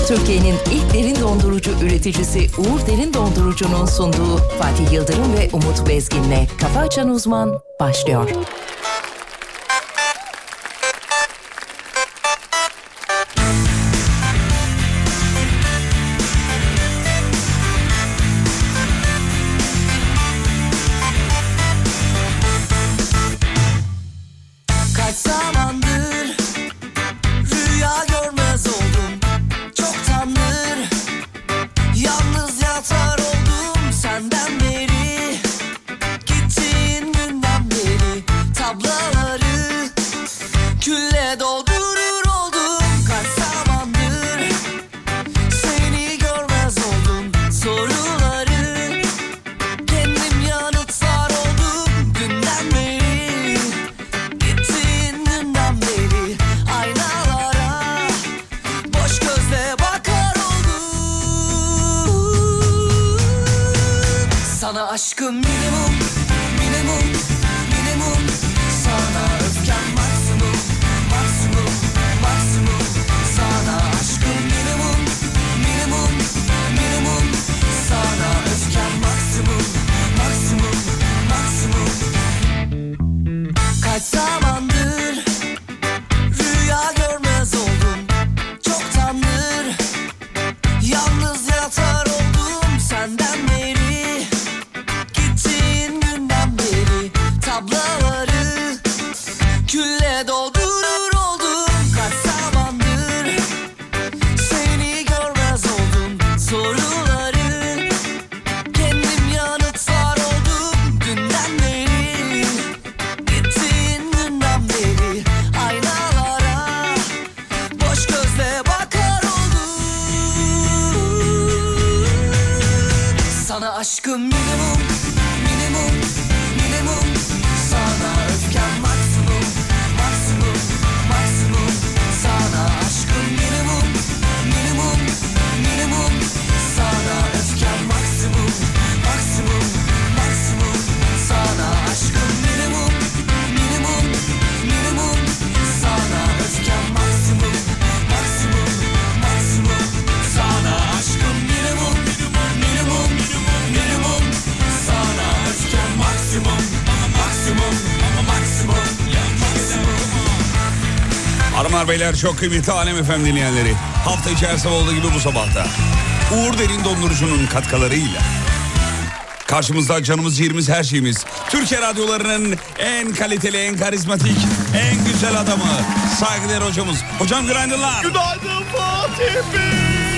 Türkiye'nin ilk derin dondurucu üreticisi Uğur Derin Dondurucu'nun sunduğu Fatih Yıldırım ve Umut Bezgin'le Kafa Açan Uzman başlıyor. Aşkım minimum, minimum, minimum. Sana öfkem maksimum, maksimum, maksimum. Sana aşkım minimum, minimum, minimum. Sana öfkem maksimum, maksimum, maksimum. Kaç zamandır rüya görmez oldum. Çoktandır yalnız yatar oldum senden beri. Tablaları külle doldurur oldum. Kaç zamandır seni görmez oldum. Soruları kendim yanıtlar oldum. Dünden beri, gittiğin günden beri aynalara boş gözle bakar oldum. Sana aşkım minimum, minimum, minimum. Sana öfkem maksimum, maksimum, maksimum. Sana aşkım minimum, minimum, minimum. Sana öfkem maksimum, maksimum, maksimum. Sana aşkım minimum, minimum, minimum. Sana öfkem maksimum, maksimum, maksimum. Sana aşkım minimum, minimum, minimum. Sana öfkem maksimum. Hanımlar beyler, çok kıymetli Alem FM dinleyenleri, hafta içi her sabah olduğu gibi bu sabahta Uğur Derin Dondurucu'nun katkılarıyla karşımızda canımız, ciğerimiz, her şeyimiz, Türkiye radyolarının en kaliteli, en karizmatik, en güzel adamı, saygıdeğer hocamız. Hocam günaydınlar. Günaydın Fatih Bey.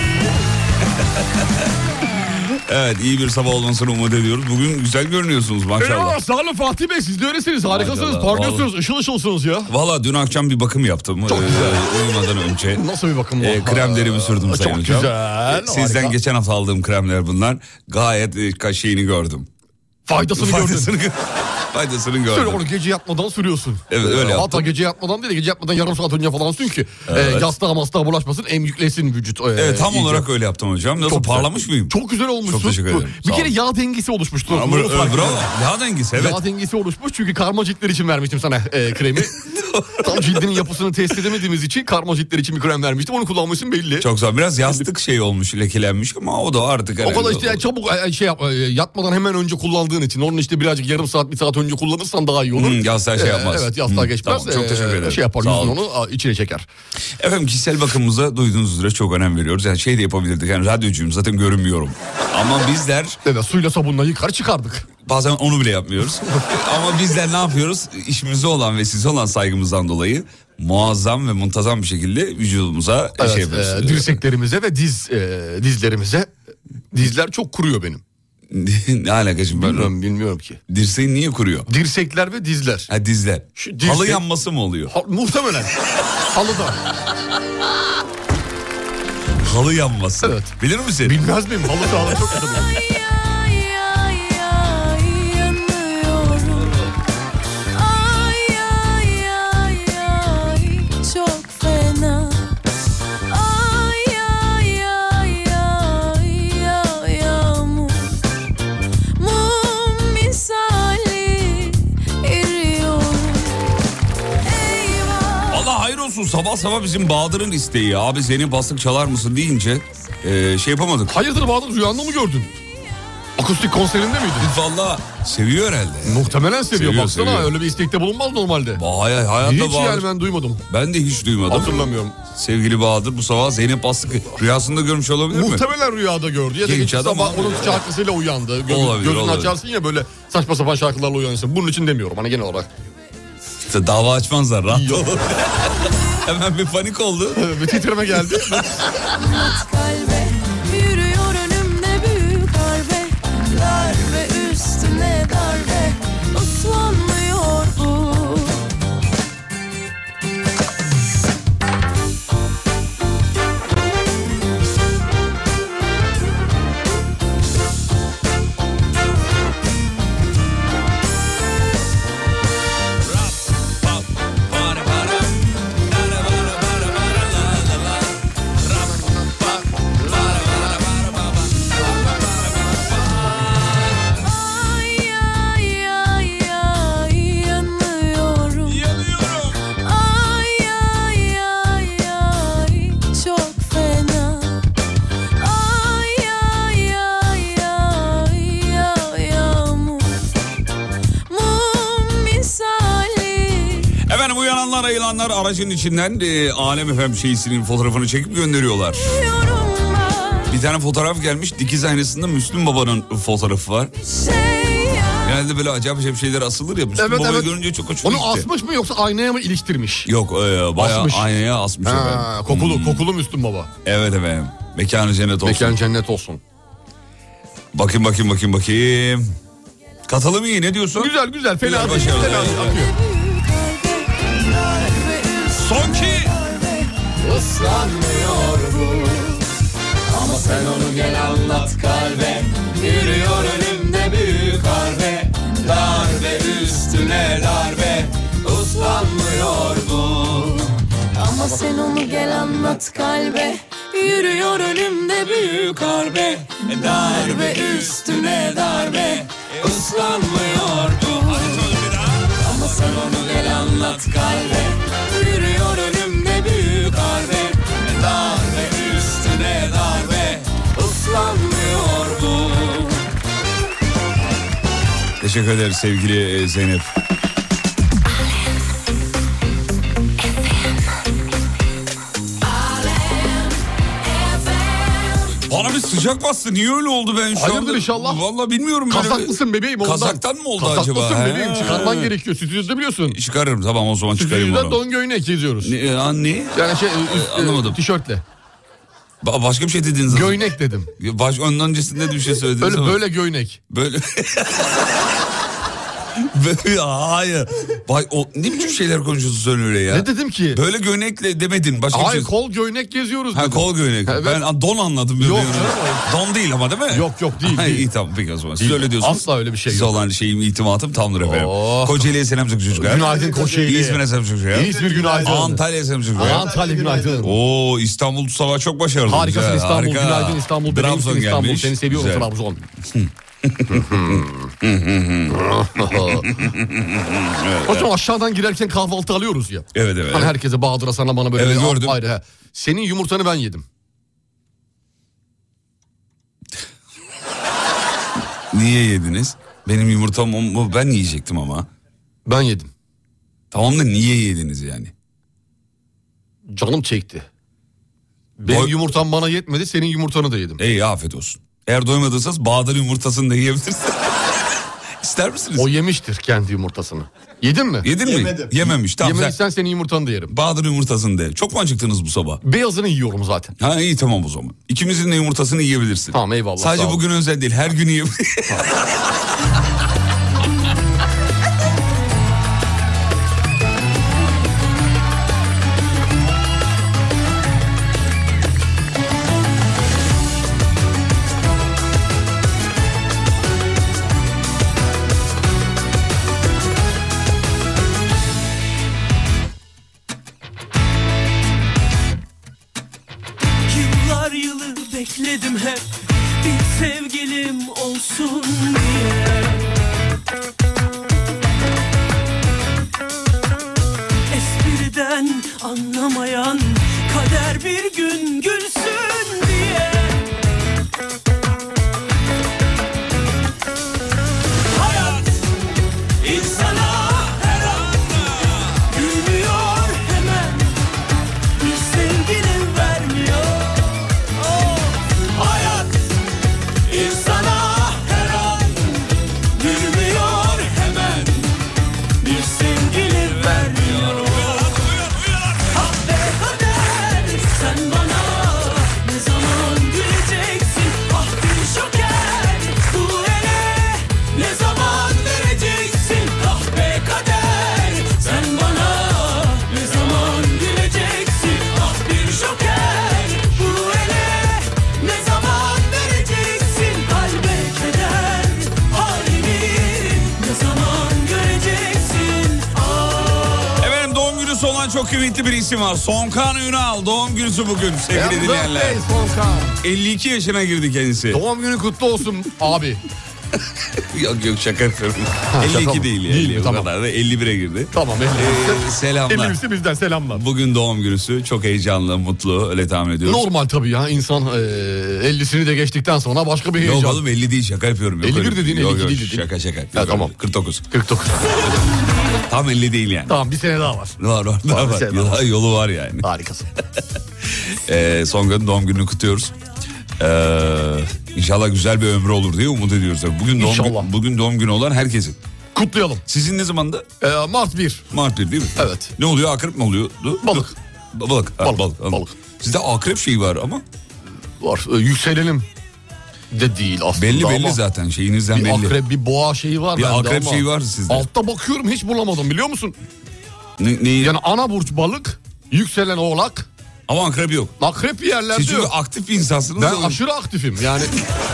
Evet, iyi bir sabah olmasını umut ediyoruz. Bugün güzel görünüyorsunuz maşallah. Eyvallah, sağ olun Fatih Bey, siz de öylesiniz, harikasınız, parlıyorsunuz, ışıl ışılsınız ya. Valla dün akşam bir bakım yaptım. Çok güzel. Uyumadan önce. Nasıl bir bakım bu? Kremlerimi sürdüm sayın hocam. Çok güzel. Sizden harika. geçen hafta aldığım kremler bunlar. Gayet şeyini gördüm. Faydasını gördüm. Faydasını gördüm. Şöyle onu gece yatmadan sürüyorsun. Evet, öyle yaptım. Hatta gece yatmadan değil de gece yatmadan yarım saat önce falan sür ki yastığa mastığa bulaşmasın, emcüklesin vücut. Evet, tam iyice. olarak öyle yaptım hocam. Nasıl, Çok parlamış mıyım? Çok güzel olmuşsun. Çok teşekkür ederim. Bir Sağ kere olun. yağ dengesi oluşmuştu. Bravo. Yağ dengesi, evet. Yağ dengesi oluşmuş çünkü karma ciltler için vermiştim sana kremi. Tam cildinin yapısını test edemediğimiz için karma ciltler için bir krem vermiştim. Onu kullanmışsın belli. Çok güzel. Biraz yastık şey olmuş, lekelenmiş ama o da artık... O kadar işte yani çabuk yatmadan hemen önce kullandığın için. Onun işte birazcık yarım saat, bir saat önce kullanırsan daha iyi olur. Yastığa şey yapmaz. Evet, yastığa geçmez. Tamam, çok teşekkür ederim. Şey yapar, Sağ yüzün olun. onu içine çeker. Efendim, kişisel bakımımıza duyduğunuz üzere çok önem veriyoruz. Yani şey de yapabilirdik. Yani radyocuyum, zaten görünmüyorum. Ama bizler... Evet, suyla sabunla yıkar çıkardık. Bazen onu bile yapmıyoruz. Ama bizler ne yapıyoruz? İşimize olan ve size olan saygımızdan dolayı muazzam ve muntazam bir şekilde vücudumuza Evet, şey yapıyoruz. dirseklerimize ve dizlerimize. Dizler çok kuruyor benim. Ne alaka şimdi? Bilmiyorum ki. Dirseğin niye kuruyor? Dirsekler ve dizler. Ha, dizler. Halı yanması mı oluyor? Muhtemelen. Halıda. Halı yanması. Evet. Bilir misin? Bilmez miyim? Halı sağlığı çok kötü. olsun, sabah sabah bizim Bahadır'ın isteği. Abi Zeynep Bastık çalar mısın deyince şey yapamadık. Hayırdır Bahadır, rüyanda mı gördün? Akustik konserinde miydin? Valla seviyor herhalde. Muhtemelen seviyor, baksana seviyor. öyle bir istekte bulunmaz normalde. Hayatta Hiç Bahadır. yani ben duymadım. Ben de hiç duymadım. Hatırlamıyorum. Sevgili Bahadır bu sabah Zeynep Bastık rüyasında görmüş olabilir mi? Muhtemelen rüyada gördü. Ya da Genç geçti adam sabah ama onun ya. şarkısıyla uyandı. Olabilir, Gözünü olabilir. açarsın ya böyle saçma sapan şarkılarla uyanırsın. Bunun için demiyorum hani genel olarak. İşte dava açmazlar, rahat ol. Hemen bir panik oldu. Bir titreme geldi. Kalbe yürüyor önümde büyük harbe, darbe üstüne darbe, uslanmıyor bu. Ayılanlar aracın içinden Alem FM şeysinin fotoğrafını çekip gönderiyorlar. Bir tane fotoğraf gelmiş, dikiz aynasında Müslüm Baba'nın fotoğrafı var. Genelde böyle acayip şeyler asılır ya. Müslüm Baba'yı görünce çok hoşuma gitti. Onu asmış mı yoksa aynaya mı iliştirmiş? Yok bayağı Asmış. aynaya asmış. Kokulu Müslüm Baba. Evet efendim. Mekanı cennet olsun. Mekanı cennet olsun. Bakayım. Katalım iyi, ne diyorsun? Güzel fena Güzel, değil. başarılı. Fena değil, akıyor. Son ki. Islanmıyor bu. Ama sen onu gel anlat kalbe. Yürüyor önümde büyük harbe, darbe üstüne darbe, uslanmıyor bu. Ama sen onu gel anlat kalbe, yürüyor önümde büyük harbe, darbe üstüne darbe, Uslanmıyor bu. Ama sen onu gel anlat kalbe. Yürüyor önümde büyük harbe, darbe üstüne darbe, uslanmıyor bu. Teşekkür ederiz sevgili Zeynep. Bana bir sıcak bastı. Niye öyle oldu ben şu anda? Hayırdır inşallah. Vallahi bilmiyorum. Kazaklısın bebeğim ondan. Kazaktan mı oldu acaba? Kazaklısın bebeğim, He. çıkarman gerekiyor. Stüdyoda biliyorsun. Çıkarırım, tamam o zaman çıkarayım Stüdyoda onu. don göğnek geziyoruz. Ne? Yani Anlamadım. Tişörtle. Başka bir şey dediniz. Göğnek dedim. Ondan öncesinde de bir şey söylediniz ama. Böyle göğnek. Böyle. Hayır. Ne biçim şeyler konuşuyorsun sen öyle ya? Ne dedim ki? Böyle göğnekle demedin. Başka Hayır, bir şey. kol göğnek geziyoruz Ha, dedim. kol göğnek. Evet. Ben don anladım. Yok Böyle. canım. Don değil ama değil mi? Yok değil. Ha, değil. İyi tamam peki o zaman. Siz Değil. öyle diyorsunuz. Asla öyle bir şey Size yok. olan şeyim, itimatım tamdır efendim. Oh. Kocaeli'ye selam çocuklar. Günaydın Kocaeli. İzmir'e selam çocuklar. İzmir günaydın. Antalya'ya selam çocuklar. Antalya günaydın. Oo, İstanbul sabah çok başarılı. Harikasın Güzel, İstanbul. harika. Günaydın İstanbul. Bebeğimsin Trabzon İstanbul. gelmiş. Seni seviyorum Güzel. Trabzon. Hocam aşağıdan girerken kahvaltı alıyoruz ya. Evet. Hani herkese Bahadır'a sana bana böyle Evet, bir gördüm. ayrı. He. Senin yumurtanı ben yedim. Niye yediniz? Benim yumurtamı ben yiyecektim ama. Ben yedim. Tamam da niye yediniz yani? Canım çekti. Benim yumurtam bana yetmedi, senin yumurtanı da yedim. İyi, afiyet olsun. Eğer doymadıysanız Bahadır yumurtasını da yiyebilirsiniz. İster misiniz? O yemiştir kendi yumurtasını. Yedin mi? Yedin mi? Yememiş. Tamam, Yemediysen senin yumurtanı da yerim. Bahadır yumurtasını de. Çok mu acıktınız bu sabah? Beyazını yiyorum zaten. Ha iyi, tamam o zaman. İkimizin de yumurtasını yiyebilirsin. Tamam, eyvallah. Sadece sağ ol. bugün özel değil, her gün yiyebilirsin. Yıllar yılı bekledim hep bir sevgilim olsun diye. Espriden anlamayan kader bir gün gülsün diye. Hayat insana her an gülmüyor hemen, bir sevgini vermiyor. Oh, hayat insana her an gülmüyor hemen, bir sevgini vermiyor. Ah be kader, sen bana ne zaman güleceksin? Ah bir şoker, bu ele ne zaman vereceksin? Ah be kader, sen bana ne zaman güleceksin? Ah bir şoker, bu ele ne zaman vereceksin? Kalbe keder halini ne zaman göreceksin? Ah. Efendim doğum günü olan çok kıymetli bir isim var. Sonkan Ünal. Doğum günüsü bugün sevgili dinleyenler. 52 yaşına girdi kendisi. Doğum günü kutlu olsun abi. Yok şaka yapıyorum. şaka 52 mı? değil. Değil mi? O Tamam. kadar da 51'e girdi. Tamam. Selamlar. 50'si bizden selamlar. Bugün doğum günüsü. Çok heyecanlı, mutlu. Öyle tahmin ediyoruz. Normal tabii ya. İnsan 50'sini de geçtikten sonra başka bir heyecan. Yok oğlum 50 değil, şaka yapıyorum. Yok, 51 öyle- dediğin, yok, 52 yok, değil dedin. Şaka. Ha, tamam. 49. 49. Tam 50 değil yani. Tamam bir sene daha var. Var. bir sene daha var. Yolu var yani. Harikasın. Songa'nın doğum gününü kutluyoruz. İnşallah güzel bir ömrü olur diye umut ediyoruz. İnşallah. Bugün doğum günü olan herkesin. Kutlayalım. Sizin ne zamanda? Mart 1. Mart 1 değil mi? Evet. Ne oluyor? Akrep mi oluyordu? Balık. Balık. Ha, Balık. balık. Sizde akrep şeyi var ama. Var. Yükselenim de değil aslında. Belli ama zaten şeyinizden bir belli. akrep, bir boğa şeyi var Bir bende akrep ama şeyi var sizde. Altta bakıyorum hiç bulamadım biliyor musun? Neyi? Yani ana burç balık, yükselen oğlak, Ama akrep yok. akrep bir yerlerde Siz çünkü yok. aktif bir insansınız. Ben da- aşırı aktifim yani.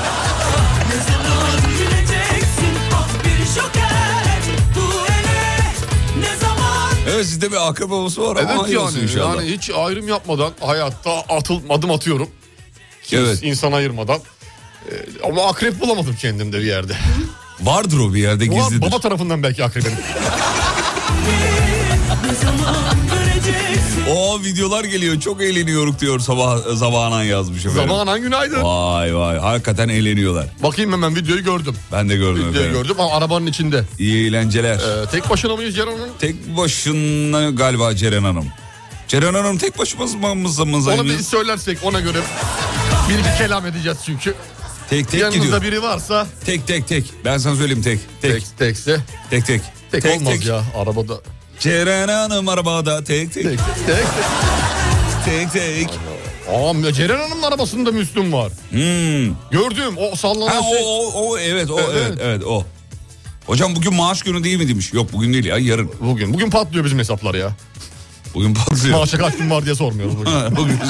Ne zaman güleceksin? Ah bir şoker, bu ele ne zaman? Evet sizde bir akrep havası var ama Evet hayır olsun yani, inşallah. yani hiç ayrım yapmadan hayatta adım atıyorum. Evet. İnsan ayırmadan. Ama akrep bulamadım kendimde bir yerde. Vardır o bir yerde gizlidir. Baba tarafından belki akrebim. Ne zaman göreceksin? O videolar geliyor çok eğleniyoruz diyor Zabanan yazmış efendim. Zamanan günaydın. Vay hakikaten eğleniyorlar. Bakayım hemen videoyu gördüm. Ben de gördüm Videoyu efendim. gördüm ama arabanın içinde. İyi eğlenceler. Tek başına mıyız Ceren Hanım? Tek başına galiba Ceren Hanım. Ceren Hanım tek başımız mı? Onu bir söylersek ona göre bir iki kelam edeceğiz çünkü. Tek Yanınızda gidiyor. biri varsa Tek. Ben sana söyleyeyim tek. tekse Tek. olmaz ya arabada. Ceren Hanım arabada tek. Tek. Aa, Ceren Hanım'ın arabasında Müslüm var. Gördüm o sallanan Ha, şey. o evet Evet. evet o. Hocam bugün maaş günü değil mi demiş. Yok bugün değil ya yarın. Bugün patlıyor bizim hesaplar ya. Bugün patlıyor. Maaşa kaç gün var diye sormuyoruz bugün. Bugün.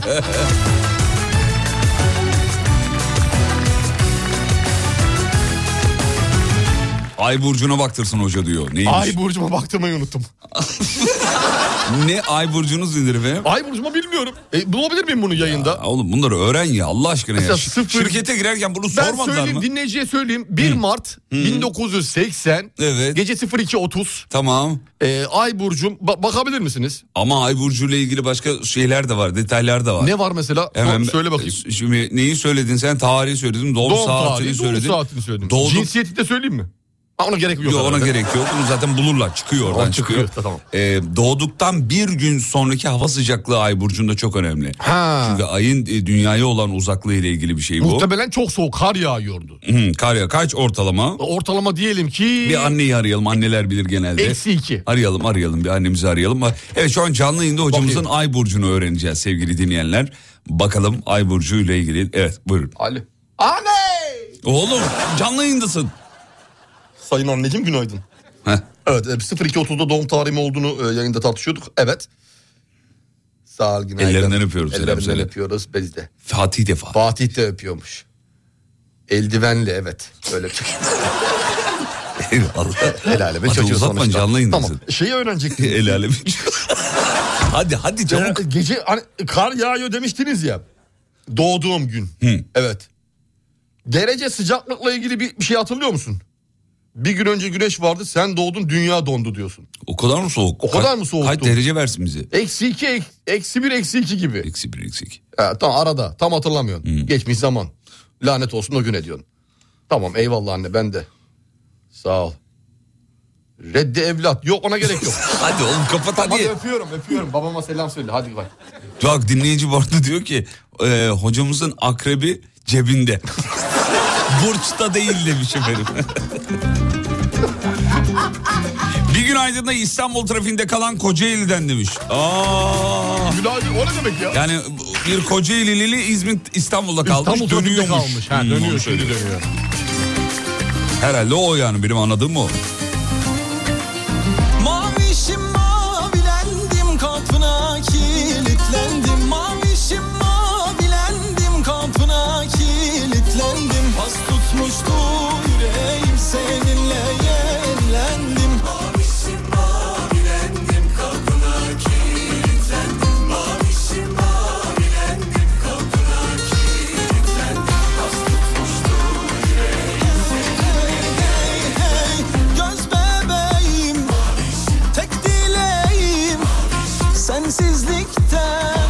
Ay burcuna baktırsın hoca diyor. Neymiş? Ay burcuma baktırmayı unuttum. Ne ay burcunuz nedir efendim? Ay burcuma bilmiyorum. Bulabilir miyim bunu yayında? Oğlum bunları öğren ya Allah aşkına ya. Mesela sıfır- Şirkete girerken bunu Ben sormadılar söyleyeyim mı? dinleyiciye söyleyeyim. 1 Mart 1980 Evet. gece 02.30 Tamam. Ay burcum bakabilir misiniz? Ama ay burcuyla ilgili başka şeyler de var, detaylar da var. Ne var mesela? Hemen Söyle bakayım. Şimdi neyi söyledin sen? Tarihi söyledin, doğum saatini söyledin. Doğum saatini söyledim. Doğduk- Cinsiyeti de söyleyeyim mi? Ona gerek yok. Yok ona herhalde. gerek yok. Bunu zaten bulurlar. Çıkıyor oradan Çıkıyor, çıkıyor. tamam. Doğduktan bir gün sonraki hava sıcaklığı ay burcunda çok önemli. Ha. Çünkü ayın dünyaya olan uzaklığı ile ilgili bir şey bu. Muhtemelen çok soğuk kar yağıyordu. Kar ya kaç ortalama? Ortalama diyelim ki... Bir anneyi arayalım. Anneler bilir genelde. -2. Arayalım bir annemizi arayalım. Evet şu an canlı yayında hocamızın Bakayım. ay burcunu öğreneceğiz sevgili dinleyenler. Bakalım ay burcu ile ilgili. Evet buyurun. Ali. Anne! Oğlum canlı yayındasın. Sayın anneciğim günaydın. Heh. Evet 02.30'da doğum tarihim olduğunu yayında tartışıyorduk. Evet. Sağ ol günaydın. Ellerinden öpüyoruz, selam Ellerinden söyle. öpüyoruz biz de. Fatih defa. Fatih de öpüyormuş. Eldivenle evet. Öyle bir Eyvallah. El aleme Hadi çocuğu uzatma, sonuçta. canlı yayındasın. Tamam. Şeyi öğrenecektim. El alemi. hadi çabuk. Gece hani, kar yağıyor demiştiniz ya. Doğduğum gün. Evet. Derece sıcaklıkla ilgili bir şey hatırlıyor musun? Bir gün önce güneş vardı, sen doğdun, dünya dondu diyorsun. O kadar mı soğuk? O kadar mı soğuktu? Kaç derece versin bize? -2, -1, -2 gibi. -1, -2. Tam arada, tam hatırlamıyorsun. Geçmiş zaman. Lanet olsun o güne diyorsun. Tamam, eyvallah anne, ben de. Sağ ol. Reddi evlat. Yok, ona gerek yok. Hadi oğlum kapat hadi. Hadi öpüyorum. Babama selam söyle. Hadi bak. Bak dinleyici bu arada diyor ki hocamızın akrebi cebinde. Burçta değil demiş efendim. Bir günaydın İstanbul trafiğinde kalan Kocaeli'den demiş. Günaydın, o ne demek ya? Yani bir Kocaeli'li İstanbul'da kalmış, İstanbul dönüyormuş. Kalmış. Dönüyor, şimdi dönüyor. Herhalde o yani, benim anladığım o. Mavişim mavilendim, kapına kilitlendim. Mavişim mavilendim, kapına kilitlendim. Pas tutmuştu yüreğim, seninle yenilendim. Mavişim mavilendim, kapına kilitlendim. Mavişim mavilendim, kapına kilitlendim. Pas tutmuştu yüreğim, seninle göz bebeğim, tek dileğim sensizlikten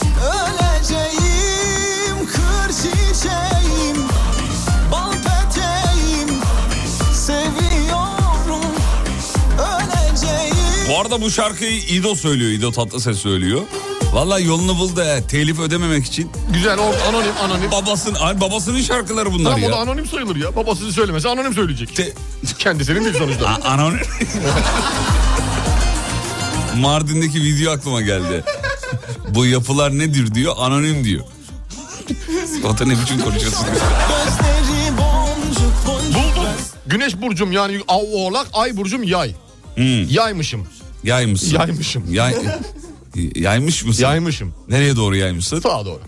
öleceğim. Kır çiçeğim, bal peteğim, seviyorum öleceğim. Bu arada bu şarkıyı İdo söylüyor, İdo Tatlıses söylüyor. Vallahi yolunu buldu telif ödememek için. Güzel, o anonim. Babasının şarkıları bunlar Tamam, ya. o da anonim sayılır ya. Babası söylemese anonim söyleyecek. Kendisinin değil sonuçta. Anonim. Mardin'deki video aklıma geldi. Bu yapılar nedir diyor, anonim diyor. O da ne biçim konuşuyorsun? Gözleri boncuk boncuk. Buldum. Güneş burcum yani Oğlak, ay burcum Yay. Yaymışım. Yaymışsın. Yaymış mısın? Yaymışım. Nereye doğru yaymışsın? Sağa doğru.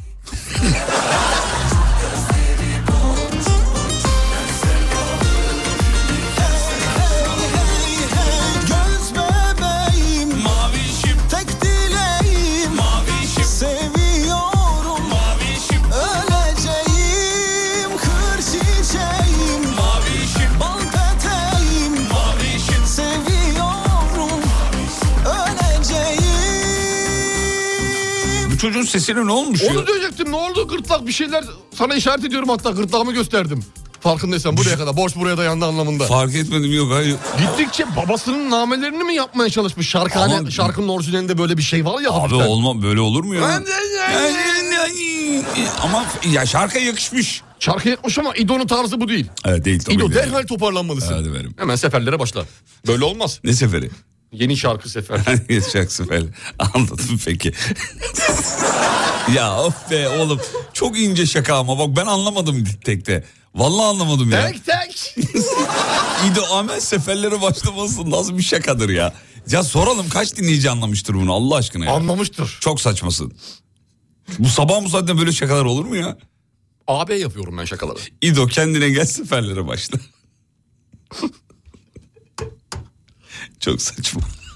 Göz bebeğim, mavişim, tek dileğim, mavişim, seviyorum, mavişim, öleceğim. Kır çiçeğim, mavişim, bal peteğim, mavişim, seviyorum, öleceğim. Bu çocuğun sesine ne olmuş ya? Onu diyecektim, ne oldu, gırtlak bir şeyler sana işaret ediyorum, hatta gırtlağımı gösterdim. Farkındaysan buraya kadar, borç buraya dayandı anlamında. Fark etmedim, yok hayır. Gittikçe babasının namelerini mi yapmaya çalışmış? Şarkının orijinalinde böyle bir şey var ya. Abi hafiften. olma, böyle olur mu ya? Ama ya şarkıya yakışmış. Şarkı yakmış ama İdo'nun tarzı bu değil. Evet değil tabii. İdo derhal toparlanmalısın. Hadi verim. Hemen seferlere başla. Böyle olmaz. Ne seferi? Yeni şarkı sefer. Şarkı seferi. Anladım peki. Ya of be oğlum. Çok ince şaka ama bak ben anlamadım tekte. Vallahi anlamadım ya. Tek. İdo Amel seferlere başlaması nasıl bir şakadır ya? Ya soralım, kaç dinleyici anlamıştır bunu Allah aşkına ya? Anlamıştır. Çok saçmasın. Bu sabah bu saatte böyle şakalar olur mu ya? AB yapıyorum ben şakaları. İdo kendine gel, seferlere başla. Çok saçma.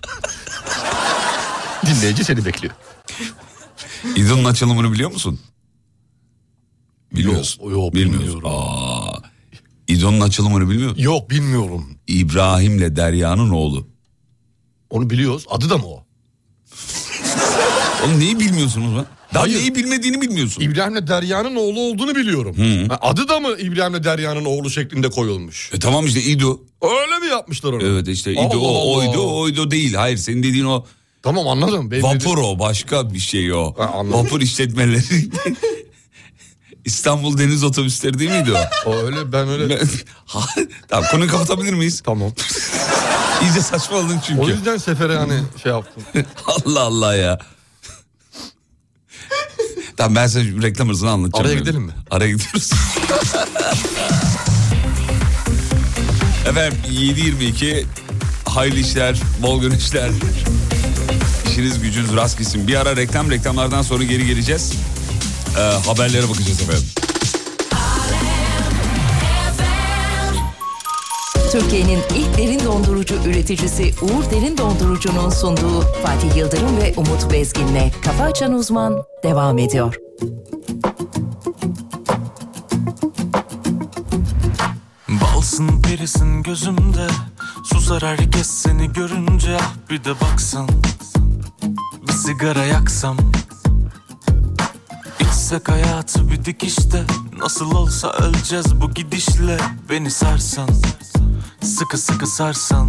Dinleyici seni bekliyor. İdo'nun açılımını biliyor musun? Biliyorsun. Yok, bilmiyorsun. bilmiyorum. İdo'nun açılımını bilmiyor musun? Yok, bilmiyorum. İbrahim'le Derya'nın oğlu. Onu biliyoruz. Adı da mı o? Oğlum neyi bilmiyorsunuz lan? Daha Hayır. neyi bilmediğini bilmiyorsun. İbrahim'le Derya'nın oğlu olduğunu biliyorum. Adı da mı İbrahim'le Derya'nın oğlu şeklinde koyulmuş? Tamam işte İdo. Öyle mi yapmışlar onu? Evet işte İdo Allah o, Allah. oydu değil. Hayır, senin dediğin o Tamam, anladım. vapur, o başka bir şey o. Anladım. Vapur işletmeleri. İstanbul Deniz Otobüsleri değil miydi o? O öyle, ben öyle. Tamam, konuyu kapatabilir miyiz? Tamam. İyice saçmaladın çünkü. O yüzden sefere hani şey yaptım. Allah Allah ya. Tamam, ben sana reklam hırsını anlatacağım. Araya gidelim mi? Araya gidiyoruz. Efendim 7.22, hayırlı işler, bol güneşler. İşiniz gücünüz rast gitsin. Bir ara reklamlardan sonra geri geleceğiz. Haberlere bakacağız efendim. Türkiye'nin ilk derin dondurucu üreticisi Uğur Derin Dondurucu'nun sunduğu Fatih Yıldırım ve Umut Bezgin'le Kafa Açan Uzman devam ediyor. Balsın birisin gözümde. Susar herkes seni görünce. Ah bir de baksan, bir sigara yaksam. İçsek hayatı bir dikişte. Nasıl olsa öleceğiz bu gidişle. Beni sarsan, sıkı sıkı sarsan.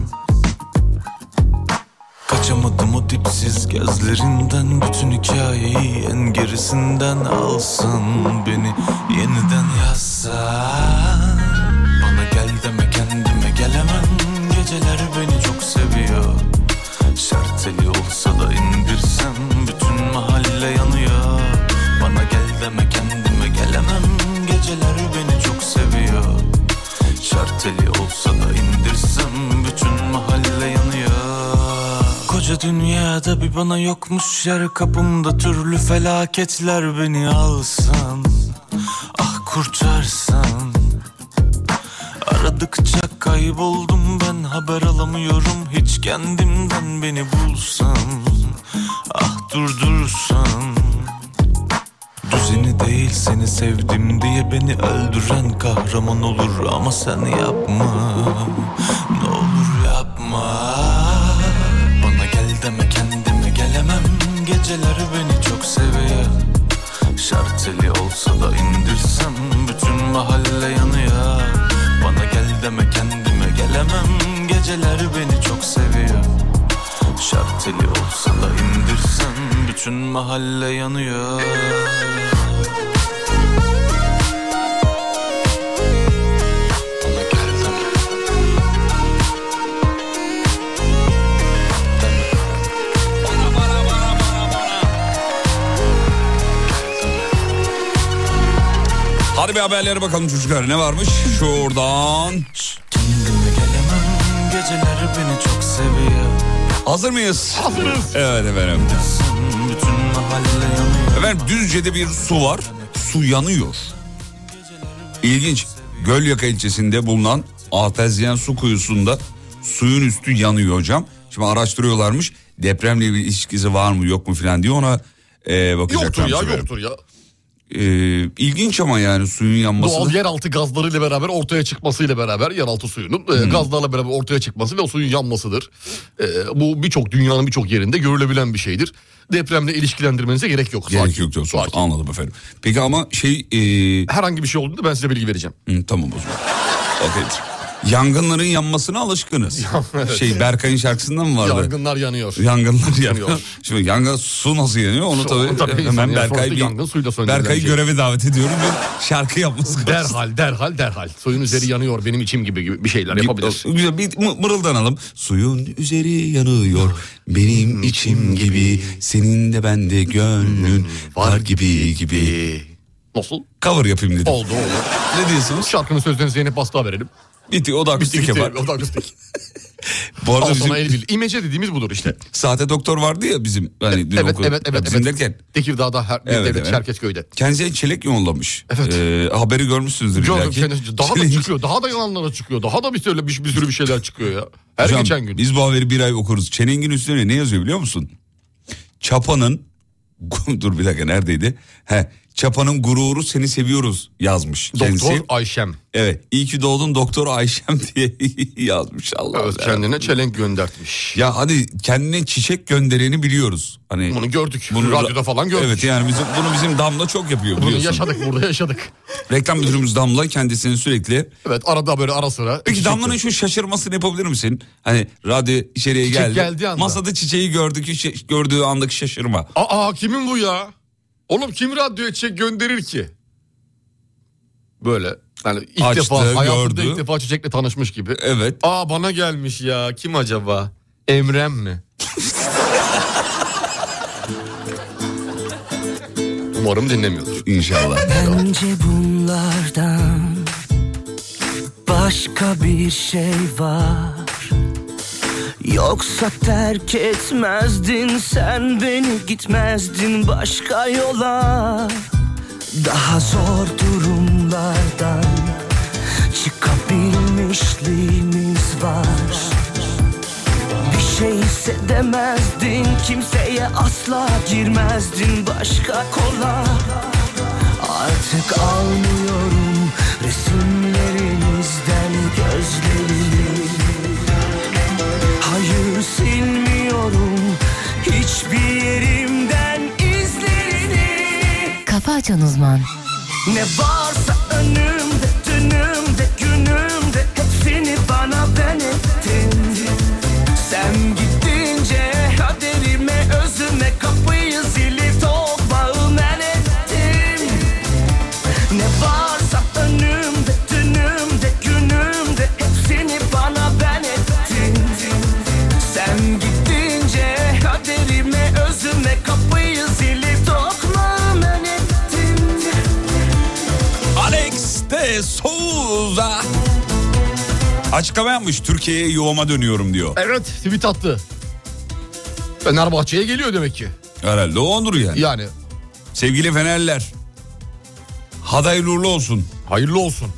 Kaçamadım o dipsiz gözlerinden. Bütün hikayeyi en gerisinden alsın. Beni yeniden yazsan. Bana gel deme kendime gelemem. Geceler beni çok seviyor. Şarteli olsa da indirsem. Bütün mahalle yanıyor. Bana gel deme kendime gelemem. Geceler beni çok seviyor. Şarteli olsa da indirsem. Bütün mahalle yanıyor. Koca dünyada bir bana yokmuş yer. Kapımda türlü felaketler beni alsan. Ah kurtarsan. Aradıkça kayboldum ben, haber alamıyorum hiç kendimden. Beni bulsan, ah durdursan. Düzeni değil seni sevdim diye beni öldüren kahraman olur. Ama sen yapma, ne olur yapma. Bana gel deme kendime gelemem. Geceler beni çok seviyor. Şarteli olsa da indirsem. Bütün mahalle yanıyor. Bana gel deme kendime gelemem. Geceler beni çok seviyor. Şarteli olsa da indirsem. Bütün mahalle yanıyor. Hadi bir haberlere bakalım çocuklar, ne varmış şuradan. Kendime gelemem. Geceler beni çok seviyor. Hazır mıyız? Hazırız. Evet efendim. Bütün mahalle yanıyor. Efendim Düzce'de bir su var. Su yanıyor. İlginç. Gölyaka ilçesinde bulunan artezyen su kuyusunda suyun üstü yanıyor hocam. Şimdi araştırıyorlarmış. Depremle bir ilişkisi var mı yok mu filan diye ona bakacaklar. Yoktur ya. İlginç ama yani suyun yanması. Doğal yeraltı gazlarıyla beraber ortaya çıkmasıyla beraber yeraltı suyunun gazlarla beraber ortaya çıkması ve o suyun yanmasıdır. Bu dünyanın birçok yerinde görülebilen bir şeydir. Depremle ilişkilendirmenize gerek yok. Gerek yok diyorsunuz. Anladım efendim. Peki ama herhangi bir şey olduğunda ben size bilgi vereceğim. Tamam o zaman. Okay. Yangınların yanmasına alışkınız. Evet. Berkay'ın şarkısından mı vardı? Yangınlar yanıyor. Yangınlar yanıyor. Şimdi yangın su nasıl yanıyor onu tabii hemen Berkay'ı göreve davet ediyorum ve şarkı yapması lazım. Derhal. Suyun üzeri yanıyor benim içim gibi bir şeyler yapabilir. Güzel bir mırıldanalım. Suyun üzeri yanıyor benim içim gibi, senin de bende gönlün var gibi. Nasıl? Cover yapayım dedim. Oldu. Ne diyorsunuz? Şarkının sözlerini Zeynep Bastık'a verelim. Bitti, o da akustik yapar. O da akustik. Bu arada bizim... İmece dediğimiz budur işte. Sahte doktor vardı ya bizim. Hani evet. Bizim derken. Tekirdağ'da Çerkezköy'de. Kendisine çelek yollamış. Evet. Haberi görmüşsünüzdür. Gördüm. Daha da çıkıyor. Daha da yalanlara çıkıyor. Daha da bir sürü bir şeyler çıkıyor ya. Hocam, geçen gün. Biz bu haberi bir ay okuruz. Çelengin üstüne ne yazıyor biliyor musun? Çapanın dur bir dakika neredeydi? Çapanın gururu seni seviyoruz yazmış kendisi. Doktor Ayşem. Evet, iyi ki doğdun Doktor Ayşem diye yazmış Allah. Evet, kendine çelenk göndertmiş. Ya hadi kendine çiçek göndereni biliyoruz. Hani bunu gördük. Bunu radyoda falan gördük. Evet yani bizim Damla çok yapıyor biliyorsun. Burada yaşadık. Reklam müdürümüz Damla kendisini sürekli. Evet, arada böyle ara sıra. Peki Damla'nın şu şaşırmasını yapabilir misin? Hani radyo içeriye geldi. Masada çiçeği gördüğü andaki şaşırma. Kimin bu ya? Oğlum kim radyoya çiçek gönderir ki? Böyle yani hayatında ilk defa çiçekle tanışmış gibi. Evet. Bana gelmiş ya, kim acaba? Emrem mi? Umarım dinlemiyordur. İnşallah. Bence bunlardan başka bir şey var. Yoksa terk etmezdin sen beni, gitmezdin başka yola. Daha zor durumlardan çıkabilmişliğimiz var. Bir şey hissedemezdin, kimseye asla girmezdin başka kola. Artık almıyorum resimlerinizden gözleri. Açan Uzman. Ne varsa önümde, dünümde, günümde hepsini bana ben ettin. Sen gittince kaderime, özüme kapıyı zili tokmağı men ettin. Ne varsa önümde, dünümde, günümde hepsini bana ben ettin. Sen gittince kaderime, özüme kapıyı zili tokmağı men ettin. Alex de Souza açıklama yapmış. Türkiye'ye yuvama dönüyorum diyor. Evet, tweet attı. Fenerbahçe'ye geliyor demek ki. Herhalde o ondur yani. Yani. Sevgili Fenerliler, hayırlı uğurlu olsun. Hayırlı olsun.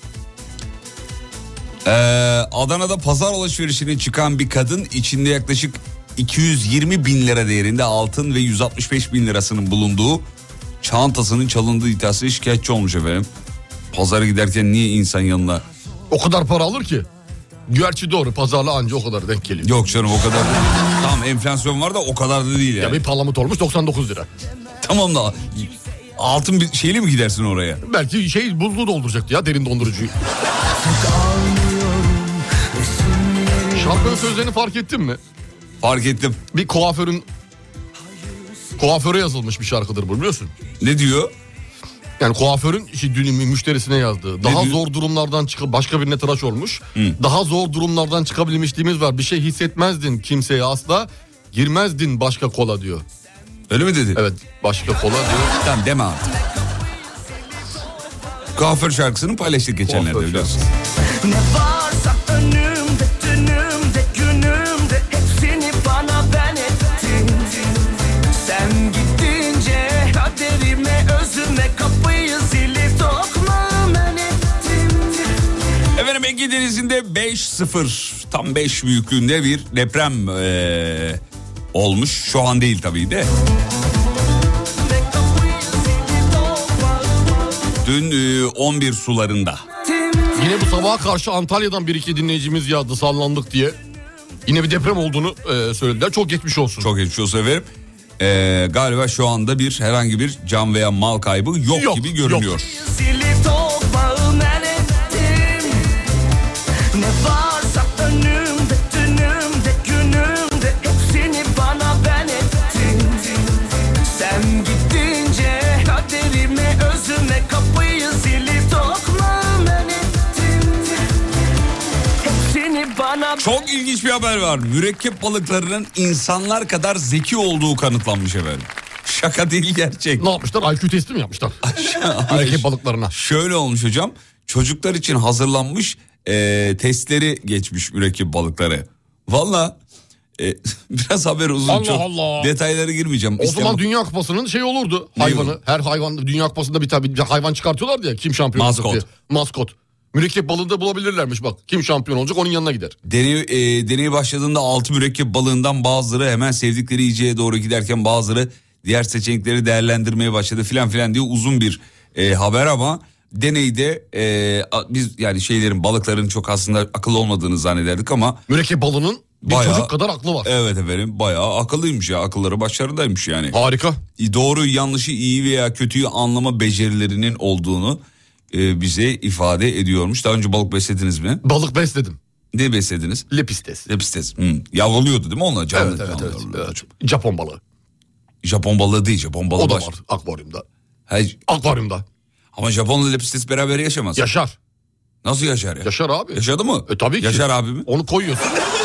Adana'da pazar alışverişine çıkan bir kadın içinde yaklaşık 220 bin lira değerinde altın ve 165 bin lirasının bulunduğu çantasının çalındığı iddiasıyla şikayetçi olmuş efendim. Pazara giderken niye insan yanına... O kadar para alır ki. Gerçi doğru, pazarla anca o kadar denk geliyor. Yok canım, o kadar. Tamam, enflasyon var da o kadar da değil yani. Ya bir palamut olmuş 99 lira. Tamam da altın bir şeyle mi gidersin oraya? Belki buzluğu dolduracaktı ya, derin dondurucuyu. Şarkının sözlerini fark ettin mi? Fark ettim. Bir kuaföre yazılmış bir şarkıdır bu, biliyorsun. Ne diyor? Yani kuaförün müşterisine yazdığı. Daha diyor? zor durumlardan çıkıp başka birine tıraş olmuş. Daha zor durumlardan çıkabilmişliğimiz var. Bir şey hissetmezdin kimseye asla. Girmezdin başka kola diyor. Öyle mi dedi? Evet, başka kola diyor. Tamam, deme artık. Kuaför şarkısını paylaştık geçenlerde, Kuaför biliyorsun. Ne varsa önümde, dünümde, günümde hepsini bana ben ettin. Sen gittince kaderime, özüme kapıyı zili tokmağı men ettin. Efendim, Ege Denizi'nde 5-0 tam 5 büyüklüğünde bir deprem olmuş. Şu an değil tabii de. Dün 11 sularında. Yine bu sabaha karşı Antalya'dan bir iki dinleyicimiz yazdı, sallandık diye. Yine bir deprem olduğunu söylediler. Çok geçmiş olsun. Çok geçmiş olsun efendim. Galiba şu anda herhangi bir can veya mal kaybı yok gibi görünüyor. Yok. Zili tokmağı men ettin. Ne varsa önümde, dünümde, günümde hepsini bana ben ettin. Sen gittince kaderime, özüme kapıyı zili tokmağı men ettin. Hepsini bana... Çok ilginç bir haber var. Mürekkep balıklarının insanlar kadar zeki olduğu kanıtlanmış efendim. Şaka değil, gerçek. Ne yapmışlar? IQ testi mi yapmışlar? Mürekkep balıklarına. Şöyle olmuş hocam. Çocuklar için hazırlanmış testleri geçmiş mürekkep balıkları. Valla biraz haber uzun. Allah çok Allah. detaylara girmeyeceğim. O zaman Dünya Kupası'nın olurdu. Ne Hayvanı. olur? Her hayvan Dünya Kupası'nda bir hayvan çıkartıyorlardı ya. Kim şampiyon olacak Maskot. diye. Maskot. Mürekkep balığı da bulabilirlermiş bak. Kim şampiyon olacak onun yanına gider. Deney başladığında 6 mürekkep balığından bazıları hemen sevdikleri yiyeceğe doğru giderken bazıları diğer seçenekleri değerlendirmeye başladı filan diye uzun bir haber ama deneyde biz yani balıkların çok aslında akıllı olmadığını zannederdik ama mürekkep balığının bir çocuk kadar aklı var. Evet efendim, bayağı akıllıymış ya, akılları başlarındaymış yani. Harika. Doğru yanlışı, iyi veya kötüyü anlama becerilerinin olduğunu bize ifade ediyormuş. Daha önce balık beslediniz mi? Balık besledim. Ne beslediniz? Lepistes. Lepistes. Yavruluyordu değil mi onlar? Canlı, Evet. Japon balığı. Japon balığı değil, Japon balığı O da var akvaryumda. Akvaryumda. Ama Japonla Lepistes beraber yaşamaz. Yaşar. Nasıl yaşar ya? Yaşar abi. Yaşadı mı? Tabii ki. Yaşar abi mi? Onu koyuyorsun.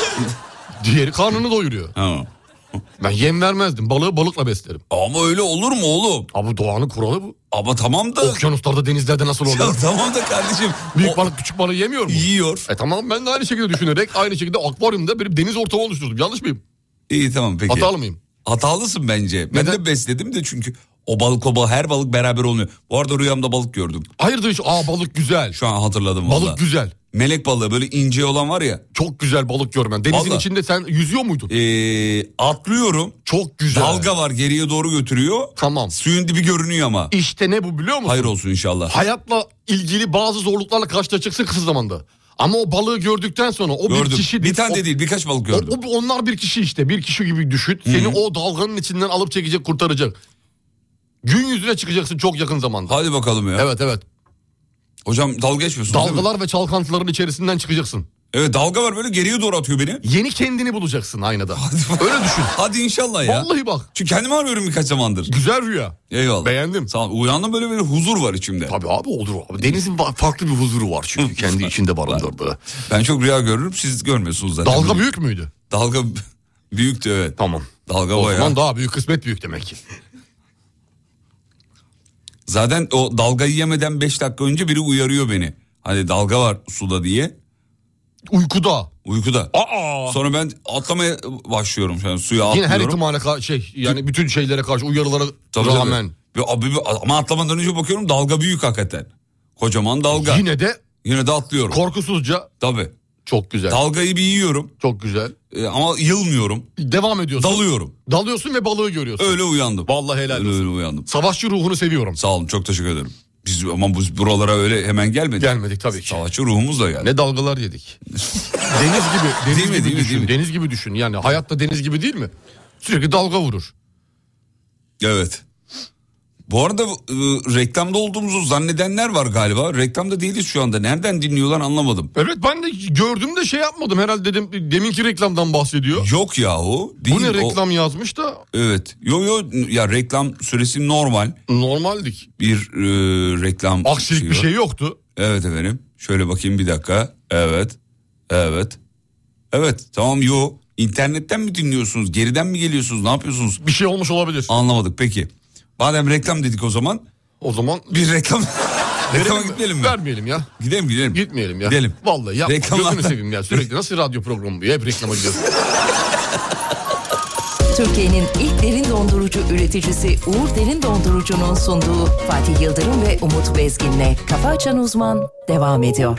Diğeri karnını doyuruyor. Ha. Ben yem vermezdim. Balığı balıkla beslerim. Ama öyle olur mu oğlum? Abi doğanın kuralı bu. Ama tamam da... Okyanuslarda, denizlerde nasıl oluyor? Ya tamam da kardeşim. Büyük balık küçük balığı yemiyor mu? Yiyor. Tamam, ben de aynı şekilde düşünerek aynı şekilde akvaryumda bir deniz ortamı oluşturdum. Yanlış mıyım? İyi tamam peki. Hatalı mıyım? Hatalısın bence. Ben Neden? de besledim de çünkü o balık her balık beraber olmuyor. Bu arada rüyamda balık gördüm. Hayırdır balık güzel. Şu an hatırladım Balık valla. güzel. Melek balığı böyle ince olan var ya. Çok güzel balık görmen. Denizin Vallahi. içinde sen yüzüyor muydun? Atlıyorum. Çok güzel. Dalga var, geriye doğru götürüyor. Tamam. Suyun dibi görünüyor ama. İşte ne bu biliyor musun? Hayır olsun inşallah. Hayatla ilgili bazı zorluklarla karşılaşacaksın kısa zamanda. Ama o balığı gördükten sonra o Gördüm. bir kişi... Bir tane de değil, birkaç balık gördüm. Onlar bir kişi işte. Bir kişi gibi düşün. Seni o dalganın içinden alıp çekecek, kurtaracak. Gün yüzüne çıkacaksın çok yakın zamanda. Hadi bakalım ya. Evet. Hocam dalga geçmiyorsun. Dalgalar ve çalkantıların içerisinden çıkacaksın. Evet, dalga var böyle geriye doğru atıyor beni. Yeni kendini bulacaksın aynada. Öyle düşün. Hadi inşallah ya. Vallahi bak. Çünkü kendimi arıyorum birkaç zamandır. Güzel rüya. Eyvallah. Beğendim. Sağ ol. Uyandım, böyle huzur var içimde. Tabii abi, olur abi. Denizin farklı bir huzuru var çünkü kendi içinde barındırdığı. Ben çok rüya görürüm, siz görmüyorsunuz zaten. Dalga büyük müydü? Dalga büyüktü, evet. Tamam. Dalga o bayağı. zaman daha büyük, kısmet büyük demek ki. Zaten o dalgayı yemeden 5 dakika önce biri uyarıyor beni. Hani dalga var suda diye. Uykuda. Sonra ben atlamaya başlıyorum. Yani suya atlıyorum. Yine her ihtimale yani bütün şeylere karşı, uyarılara rağmen. Tabii. Ama atlamadan önce bakıyorum, dalga büyük hakikaten. Kocaman dalga. Yine de atlıyorum. Korkusuzca. Tabii. Çok güzel. Dalgayı bir yiyorum. Çok güzel. Ama yılmıyorum. Devam ediyorsun. Dalıyorum. Dalıyorsun ve balığı görüyorsun. Öyle uyandım. Vallahi helal olsun. Öyle uyandım. Savaşçı ruhunu seviyorum. Sağ olun, çok teşekkür ederim. Biz buralara öyle hemen gelmedik. Gelmedik tabii ki. Savaşçı ruhumuzla geldik. Ne dalgalar yedik. Deniz gibi düşün. Yani hayatta deniz gibi değil mi? Sürekli dalga vurur. Evet. Bu arada reklamda olduğumuzu zannedenler var galiba. Reklamda değiliz şu anda. Nereden dinliyorlar anlamadım. Evet, ben de gördüm de yapmadım. Herhalde dedim deminki reklamdan bahsediyor. Yok yahu. Değil, bu ne reklam yazmış da. Evet. Yo ya, reklam süresi normal. Normaldik. Bir reklam. Aksilik bir şey yoktu. Evet efendim. Şöyle bakayım bir dakika. Evet. Tamam, İnternetten mi dinliyorsunuz? Geriden mi geliyorsunuz? Ne yapıyorsunuz? Bir şey olmuş olabilir. Anlamadık, peki. Madem reklam dedik o zaman bir reklam reklama gitmeyelim mi? Vermeyelim ya. Gidelim. Gitmeyelim ya. Gidelim. Vallahi yapma. Reklamlar... Gözünü seveyim ya. Sürekli nasıl radyo programı bu ya? Hep reklama gidiyoruz. Türkiye'nin ilk derin dondurucu üreticisi Uğur Derin Dondurucu'nun sunduğu Fatih Yıldırım ve Umut Bezgin'le Kafa Açan Uzman devam ediyor.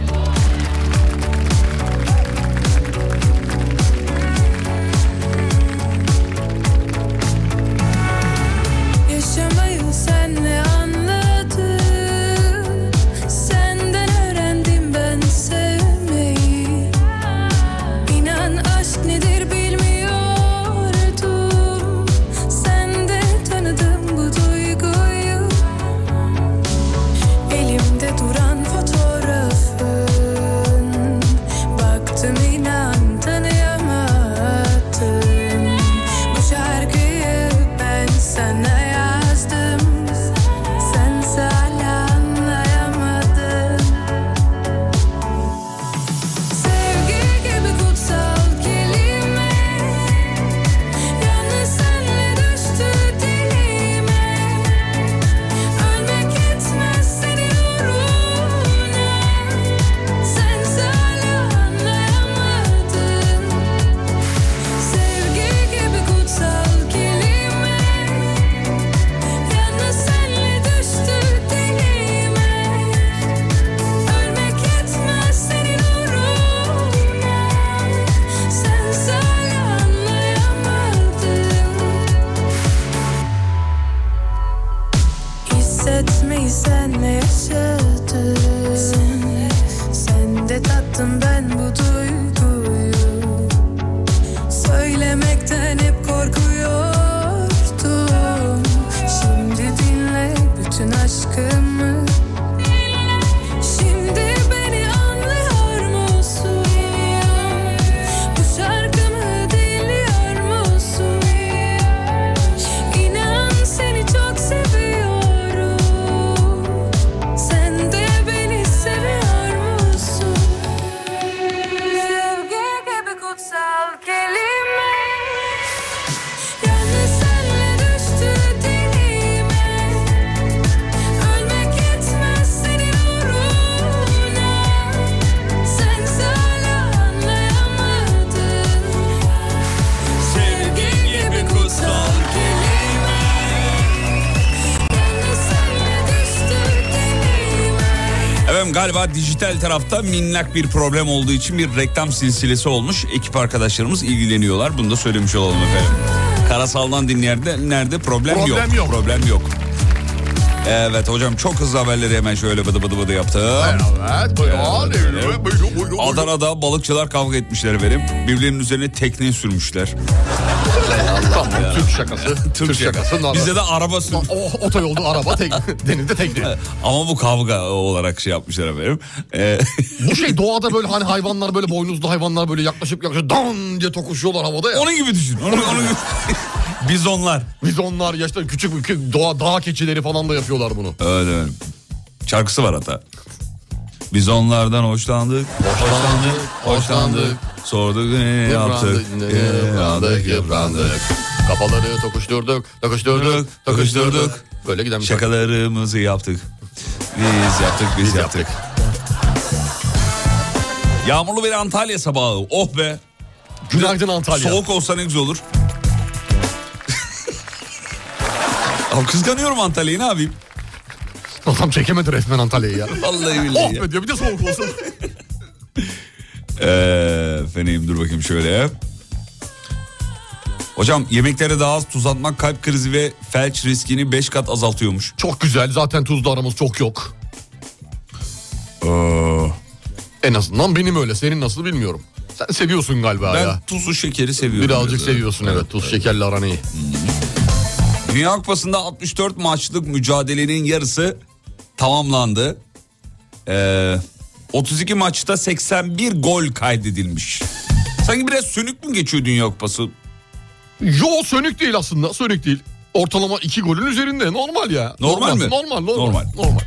Galiba dijital tarafta minnak bir problem olduğu için bir reklam silsilesi olmuş. Ekip arkadaşlarımız ilgileniyorlar. Bunu da söylemiş olalım efendim. Karasal'dan dinleyenlerde problem yok. Problem yok. Evet hocam, çok hızlı haberleri hemen şöyle bıdı yaptım. Evet, buyurun. Adana'da balıkçılar kavga etmişler efendim. Birbirlerinin üzerine tekne sürmüşler. Tamam, Türk şakası. Türk şakası. Normal. Bizde de araba sür. Otoyolda araba, denizde tekne. Ama bu kavga olarak şey yapmışlar efendim. Bu şey doğada böyle hani hayvanlar böyle boynuzlu hayvanlar böyle yaklaşıp dan diye tokuşuyorlar havada ya. Onun gibi düşün. Onun gibi. Bizonlar. Bizonlar ya işte küçük dağ keçileri falan da yapıyorlar bunu. Evet. Şarkısı var hatta. Biz onlardan hoşlandık. Hoşlandık. Sorduk ne yaptık. Yıprandık. Kafaları tokuşturduk. Böyle giden bir şakalarımızı yaptık. Biz yaptık. Yağmurlu bir Antalya sabahı. Oh be. Günaydın Antalya. Soğuk olsa ne güzel olur. Abi kıskanıyorum Antalya'yı, ne yapayım? Adam çekemedi resmen Antalya'yı ya. Vallahi billahi. Oh be diyor, bir de soğuk olsun. Efendim dur bakayım şöyle. Hocam yemeklere daha az tuz atmak kalp krizi ve felç riskini 5 kat azaltıyormuş. Çok güzel, zaten tuzla aramız çok yok. En azından benim öyle, senin nasıl bilmiyorum. Sen seviyorsun galiba ben ya. Ben tuzlu şekeri seviyorum. Birazcık seviyorsun evet, tuz şekerli aran iyi. Dünya Kupası'nda 64 maçlık mücadelenin yarısı tamamlandı. 32 maçta 81 gol kaydedilmiş. Sanki biraz sönük mü geçiyor Dünya Kupası? Yo, sönük değil aslında, sönük değil. Ortalama 2 golün üzerinde, normal ya. Normal mi? Normal.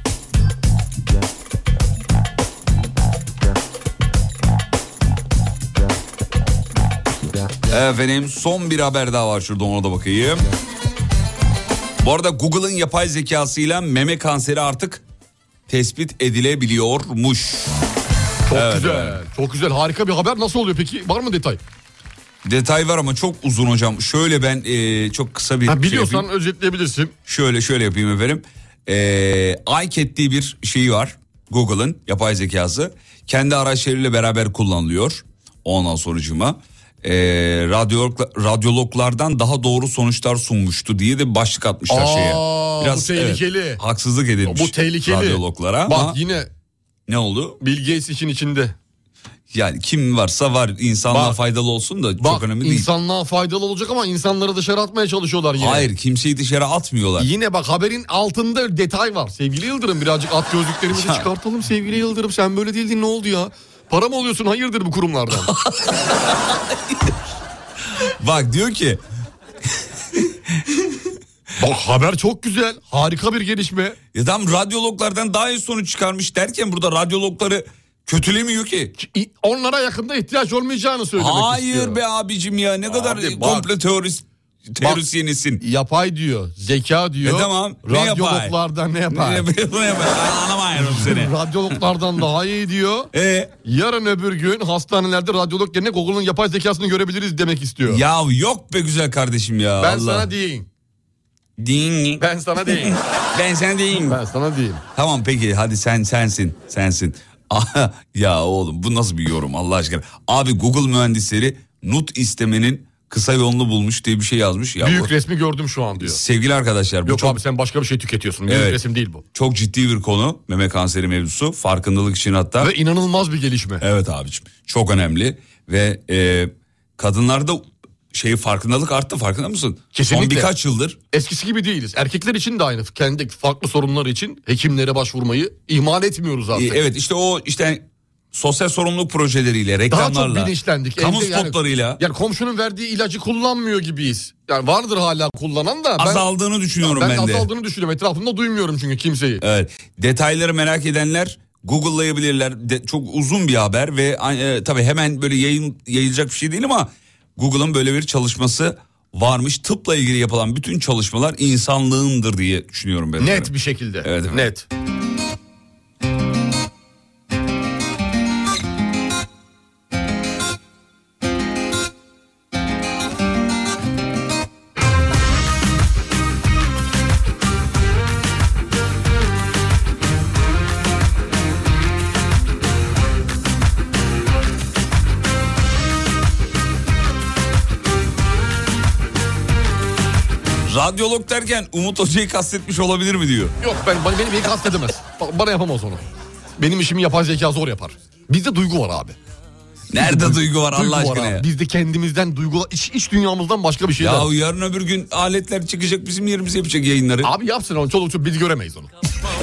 Efendim son bir haber daha var şurada, ona da bakayım. Bu arada Google'ın yapay zekasıyla meme kanseri artık tespit edilebiliyormuş. Çok güzel. Çok güzel, harika bir haber. Nasıl oluyor peki? Var mı detay? Detay var ama çok uzun hocam. Şöyle ben çok kısa bir biliyorsan şey özetleyebilirsin. Şöyle yapayım efendim. iCat diye bir şeyi var. Google'ın yapay zekası. Kendi araçlarıyla beraber kullanılıyor. Ondan sonucuma. Radyologlardan daha doğru sonuçlar sunmuştu diye de başlık atmışlar şeye. Biraz bu tehlikeli. Evet, haksızlık edilmiş. Bu tehlikeli. Radyologlara. Bak ama yine. Ne oldu? Bill Gates için içinde. Yani kim varsa var, insanlığa faydalı olsun da çok önemli değil. İnsanlığa faydalı olacak ama insanları dışarı atmaya çalışıyorlar yine. Hayır, kimseyi dışarı atmıyorlar. Yine bak haberin altında detay var. Sevgili Yıldırım, birazcık at gözlüklerimizi çıkartalım sevgili Yıldırım. Sen böyle değildin, ne oldu ya? Para mı alıyorsun, hayırdır bu kurumlardan? Bak diyor ki... Bak haber çok güzel, harika bir gelişme. Ya tam radyologlardan daha iyi sonuç çıkarmış derken burada radyologları kötülemiyor ki. Onlara yakında ihtiyaç olmayacağını söylemek istiyor. Hayır be abicim ya, ne kadar komple teorisyenisin. Yapay diyor, zeka diyor. Tamam. Radyologlardan ne yapar? Anlamayırım seni. Radyologlardan daha iyi diyor. Yarın öbür gün hastanelerde radyolog yerine Google'ın yapay zekasını görebiliriz demek istiyor. Ya yok be güzel kardeşim ya. Ben sana diyeyim. Ben sana diyeyim. Ben sana diyeyim. Ben sana diyeyim. Tamam peki hadi sensin. Ya oğlum bu nasıl bir yorum Allah aşkına. Abi Google mühendisleri NUT istemenin kısa yolunu bulmuş diye bir şey yazmış. Ya büyük resmi gördüm şu an diyor. Sevgili arkadaşlar. Yok abi sen başka bir şey tüketiyorsun. Büyük resim değil bu. Çok ciddi bir konu meme kanseri mevzusu. Farkındalık için hatta. Ve inanılmaz bir gelişme. Evet abiciğim çok önemli. Ve kadınlarda farkındalık arttı, farkında mısın? Kesinlikle. Son birkaç yıldır. Eskisi gibi değiliz. Erkekler için de aynı. Kendi farklı sorunlar için hekimlere başvurmayı ihmal etmiyoruz artık. Evet işte sosyal sorumluluk projeleriyle, reklamlarla. Daha çok bilinçlendik. Kamu spotlarıyla. Yani komşunun verdiği ilacı kullanmıyor gibiyiz. Yani vardır hala kullanan da. Azaldığını düşünüyorum ben de. Ben azaldığını düşünüyorum. Etrafımda duymuyorum çünkü kimseyi. Evet. Detayları merak edenler Google'layabilirler. Çok uzun bir haber ve tabii hemen böyle yayılacak bir şey değil ama Google'ın böyle bir çalışması varmış. Tıpla ilgili yapılan bütün çalışmalar insanlığındır diye düşünüyorum ben. Net bir şekilde. Evet. Net. Radyolog derken Umut Hoca'yı kastetmiş olabilir mi diyor. Yok beni kastedemez. Bana yapamaz onu. Benim işimi yapay zeka zor yapar. Bizde duygu var abi. Nerede duygu var Allah aşkına ya? Bizde kendimizden duygular, iç dünyamızdan başka bir şeyler. Ya yarın öbür gün aletler çıkacak bizim yerimize yapacak yayınları. Abi yapsın onu, çoluk çocuk biz göremeyiz onu.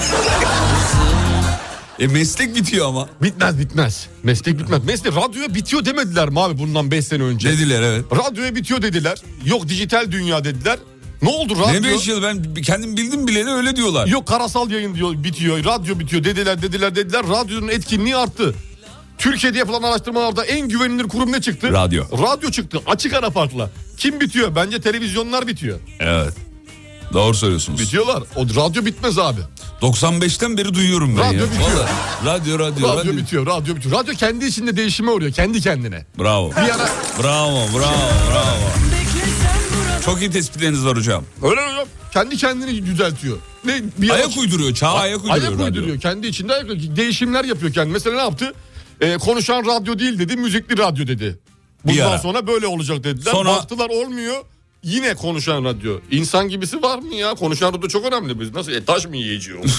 Meslek bitiyor ama. Bitmez. Meslek bitmez. Meslek radyoya bitiyor demediler mi abi bundan 5 sene önce? Dediler evet. Radyoya bitiyor dediler. Yok dijital dünya dediler. Ne oldu radyo? Ne 5 yıl ben kendim bildim bileli öyle diyorlar. Yok karasal yayın diyor bitiyor, radyo bitiyor dediler. Radyonun etkinliği arttı. Türkiye'de yapılan araştırmalarda en güvenilir kurum ne çıktı? Radyo. Radyo çıktı açık ara farkla. Kim bitiyor? Bence televizyonlar bitiyor. Evet. Doğru söylüyorsunuz. Bitiyorlar. O radyo bitmez abi. 95'ten beri duyuyorum ben Radyo ya. bitiyor. Vallahi. Radyo bitiyor. Radyo kendi içinde değişime uğruyor. Kendi kendine. Bravo. Bir ara... Bravo. Çok iyi tespitleriniz var hocam. Öyle hocam. Kendi kendini düzeltiyor. Ayak uyduruyor. Çağa ayak uyduruyor. Ayak uyduruyor. Kendi içinde değişimler yapıyor kendi. Mesela ne yaptı? Konuşan radyo değil dedi. Müzikli radyo dedi. Bundan sonra böyle olacak dediler. Sonra... Baktılar olmuyor. Yine konuşan radyo. İnsan gibisi var mı ya? Konuşan radyo çok önemli. Biz nasıl taş mı yiyeceğiz?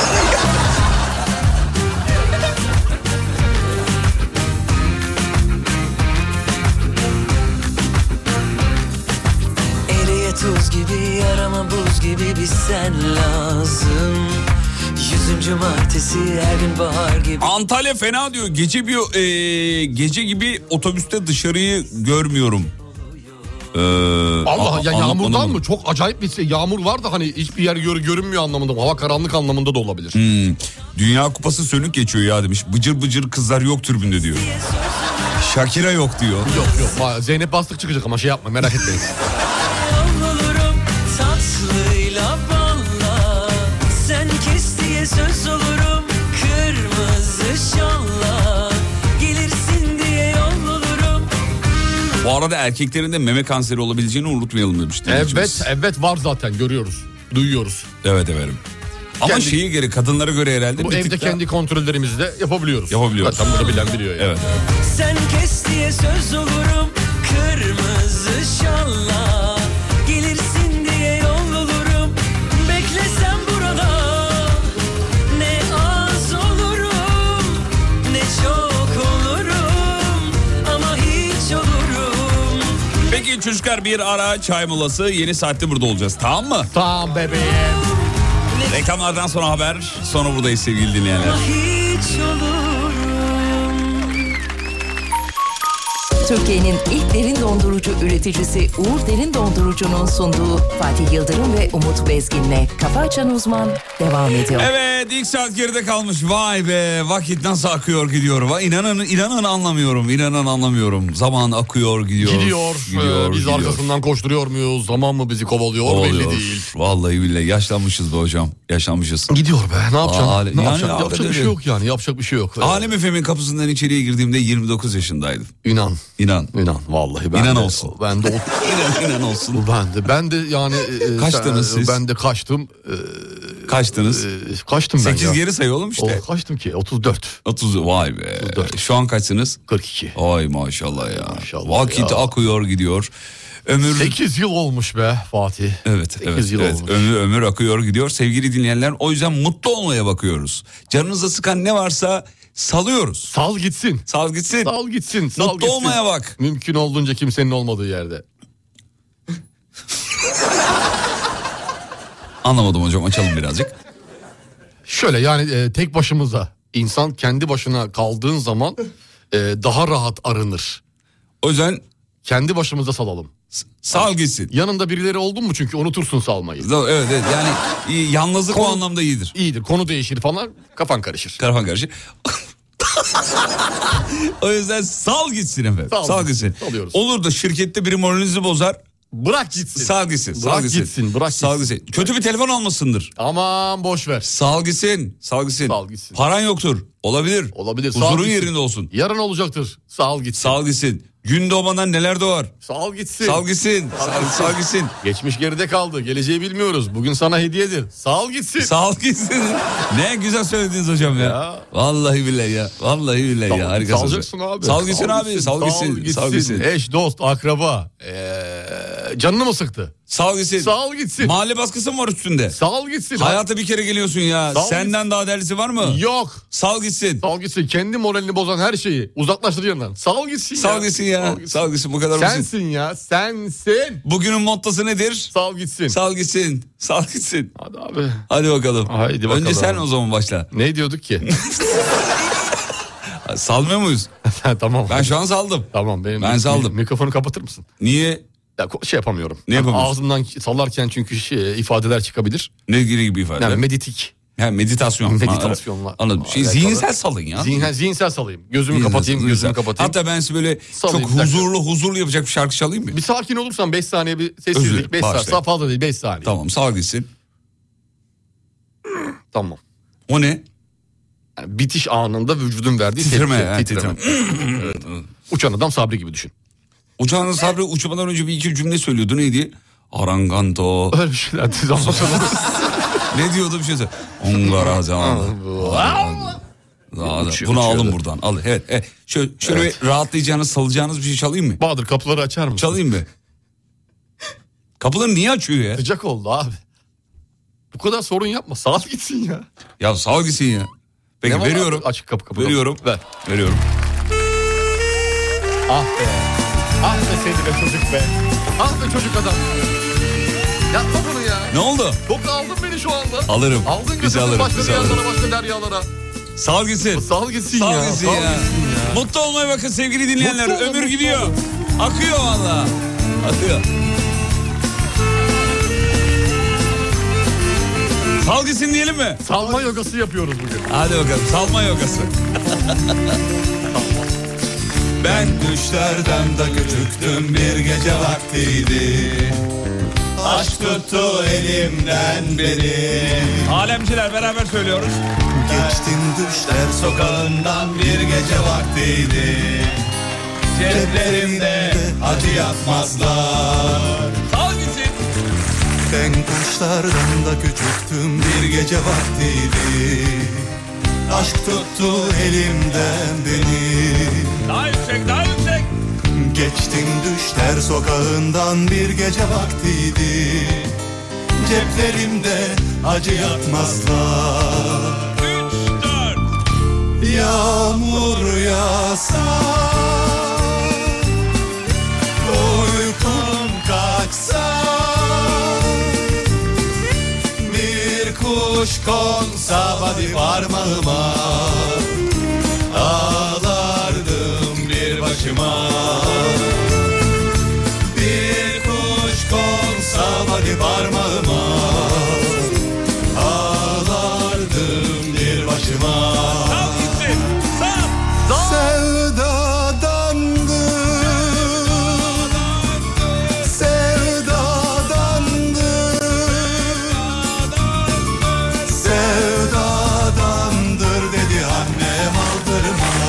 Eriye tuz gibi yarama buz gibi bir sen lazım. 100. martesi her gün bahar gibi. Antalya fena diyor. Gece gibi otobüste dışarıyı görmüyorum. Allah ya yağmurdan mı? Çok acayip bir şey. Yağmur var da hani hiçbir yer görünmüyor anlamında. Hava karanlık anlamında da olabilir. Dünya Kupası sönük geçiyor ya demiş. Bıcır bıcır kızlar yok tribünde diyor. Shakira yok diyor. Yok. Zeynep Bastık çıkacak ama şey yapma merak etmeyin. Olurum tatlıyla balla. Sen kes diye söz olurum kırmızı şalla. Gelirsin diye yol olurum. Bu arada erkeklerin de meme kanseri olabileceğini unutmayalım demiştim. Evet var zaten görüyoruz. Duyuyoruz. Evet efendim. Ama şeye göre kadınlara göre herhalde bu evde kendi kontrollerimizi de yapabiliyoruz. Zaten bunu bilen biliyor yani. Evet. Sen kes diye söz olurum kırmızı şalla. Gelirsin diye yol olurum. Beklesem burada ne az olurum ne çok olurum ama hiç olurum. Peki çocuklar bir ara çay molası, yeni saatte burada olacağız, tamam mı? Tamam bebeğim. Reklamlardan sonra haber, sonra buradayız sevgili dinleyenler. Hiç olurum. Türkiye'nin ilk derin dondurucu üreticisi Uğur Derin Dondurucu'nun sunduğu Fatih Yıldırım ve Umut Bezgin'le Kafa Açan Uzman devam ediyor. Evet, ilk saat geride kalmış. Vay be, vakit nasıl akıyor gidiyor. İnanın anlamıyorum. Zaman akıyor gidiyor. Biz arkasından koşturuyor muyuz? Zaman mı bizi kovalıyor belli değil. Vallahi billahi yaşlanmışız be hocam. Yaşlanmışız. Gidiyor be, ne yapacaksın? Yapacak bir öyle. şey yok yani. Yapacak bir şey yok. Alem FM'in kapısından içeriye girdiğimde 29 yaşındaydım. İnan. Vallahi ben İnan de, olsun. Ben de İnan olsun. Ben de yani kaçtınız siz? Ben de kaçtım. Kaçtınız? Kaçtım ben 8 ya. geri sayı oğlum işte. Kaçtım ki 34. 30 vay be. 34. Şu an kaçsınız? 42. Ay maşallah ya. Maşallah Vakit ya. akıyor gidiyor. Ömür 8 yıl olmuş be Fatih. Evet. 8 yıl olmuş. Ömür akıyor gidiyor sevgili dinleyenler. O yüzden mutlu olmaya bakıyoruz. Canınıza sıkan ne varsa salıyoruz. Sal gitsin. Sal gitsin. Mutlu olmaya bak. Mümkün olduğunca kimsenin olmadığı yerde. Anlamadım hocam, açalım birazcık. Şöyle yani tek başımıza, insan kendi başına kaldığın zaman daha rahat arınır. O yüzden kendi başımıza salalım. Sal gitsin. Yanında birileri oldun mu çünkü unutursun salmayı. Evet yani yalnızlık o anlamda iyidir. İyidir, konu değişir falan, kafan karışır. O yüzden sal gitsin efendim. Sal gitsin. Salıyoruz. Olur da şirkette biri moralinizi bozar. Bırak gitsin. Sal gitsin. Bırak gitsin. Kötü bir telefon almışsındır. Aman boş ver. Sal gitsin. Paran yoktur. Olabilir. Huzurun yerinde olsun. Yarın olacaktır. Sal gitsin. Gün doğmadan neler doğar. Sal gitsin. Sal gitsin. Geçmiş geride kaldı. Geleceği bilmiyoruz. Bugün sana hediyedir. Sal gitsin. Ne güzel söylediniz hocam ya. Vallahi billahi ya. Harikasınız. Salacaksın abi. Sal gitsin. Eş, dost, akraba. Canını mı sıktı? Sal gitsin. Sağ ol gitsin. Mahalle baskısı mı var üstünde? Sal gitsin. Hayata bir kere geliyorsun ya. Sal Senden daha değerlisi var mı? Yok. Sal gitsin. Sal gitsin. Kendi moralini bozan her şeyi uzaklaştır yanından. Sal gitsin ya. Sal gitsin ya. Sal gitsin, bu kadar basit. Sensin ya. Sensin. Bugünün mottosu nedir? Sal gitsin. Sal gitsin. Sal gitsin. Hadi abi. Hadi bakalım. Haydi bakalım. Önce sen o zaman başla. Ne diyorduk ki? Salmıyor muyuz? Tamam. Ben şu an saldım. Tamam. Ben saldım. Mikrofonu kapatır mısın? Niye? Ya şey yapamıyorum. Ne yapamıyorsun? Ağzımdan sallarken çünkü ifadeler çıkabilir. Ne gibi ifade? Yani meditik. Ha, meditasyon. Meditasyonlar. Anladım. Zihinsel salın ya. Zihinsel salayım. Gözümü kapatayım. Hatta ben size böyle Salayım, çok huzurlu yapacak bir şarkı çalayım mı? Bir sakin olursan 5 saniye bir sessizlik. 5 saniye. Daha fazla değil, 5 saniye. Tamam, sağ gitsin. Tamam. O ne? Yani bitiş anında vücudun verdiği titreme. Evet. Uçan adam Sabri gibi düşün. Uçağın Sabri uçmadan önce bir iki cümle söylüyordu. Neydi? Aranganto. Öyle bir şeyler. Ne diyordu bir şey söyle. Ongaracan. Bunu alın buradan. Al. Evet. Şöyle rahatlayacağınız, salacağınız bir şey çalayım mı? Bahadır, kapıları açar mısın? Çalayım mı? Kapıları niye açıyor ya? Sıcak oldu abi. Bu kadar sorun yapma. Sağ gitsin ya. Ya sağ gitsin ya. Peki veriyorum. Açık kapı. Veriyorum. Ver. Veriyorum. Ah be. Ah be seni be çocuk be. Ah be çocuk adam. Yapma bunu ya. Ne oldu? Çok aldın beni şu anda. Alırım. Aldın Bizi alırım. başka diyarlara, başka deryalara. Sağ gitsin. Sağ gitsin Sağ ya. gitsin ya. Mutlu olmaya bakın sevgili dinleyenler. Mutlu Ömür olun, gidiyor. olun. Akıyor valla. Akıyor. Sal gitsin diyelim mi? Salma yogası yapıyoruz bugün. Hadi bakalım, salma yogası. Ben düşlerden da küçüktüm, bir gece vaktiydi. Aşk tuttu elimden beni. Alemciler beraber söylüyoruz. Geçtim düşler sokağından, bir gece vaktiydi. Ceplerimde acı yapmazlar. Sal gitsin. Ben kuşlardan da küçüktüm, bir gece vaktiydi. Aşk tuttu elimden beni. Daha yüksek, daha yüksek. Geçtim düşler sokağından, bir gece vaktiydi. Ceplerimde acı yatmazlar. 3, 4. Yağmur yağsa, uykum kaçsa, bir kuş konsa hadi parmağıma, ağlardım bir başıma. Bir kuş konsa hadi parmağıma, ağlardım bir başıma. Sal gitsin. Sal. Sevdadandır dedi annem, aldırma,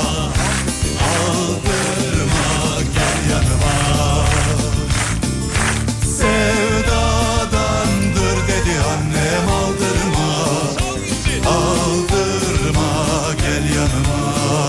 aldırma gel yanıma. Sevdadandır dedi annem, aldırma, aldırma gel yanıma.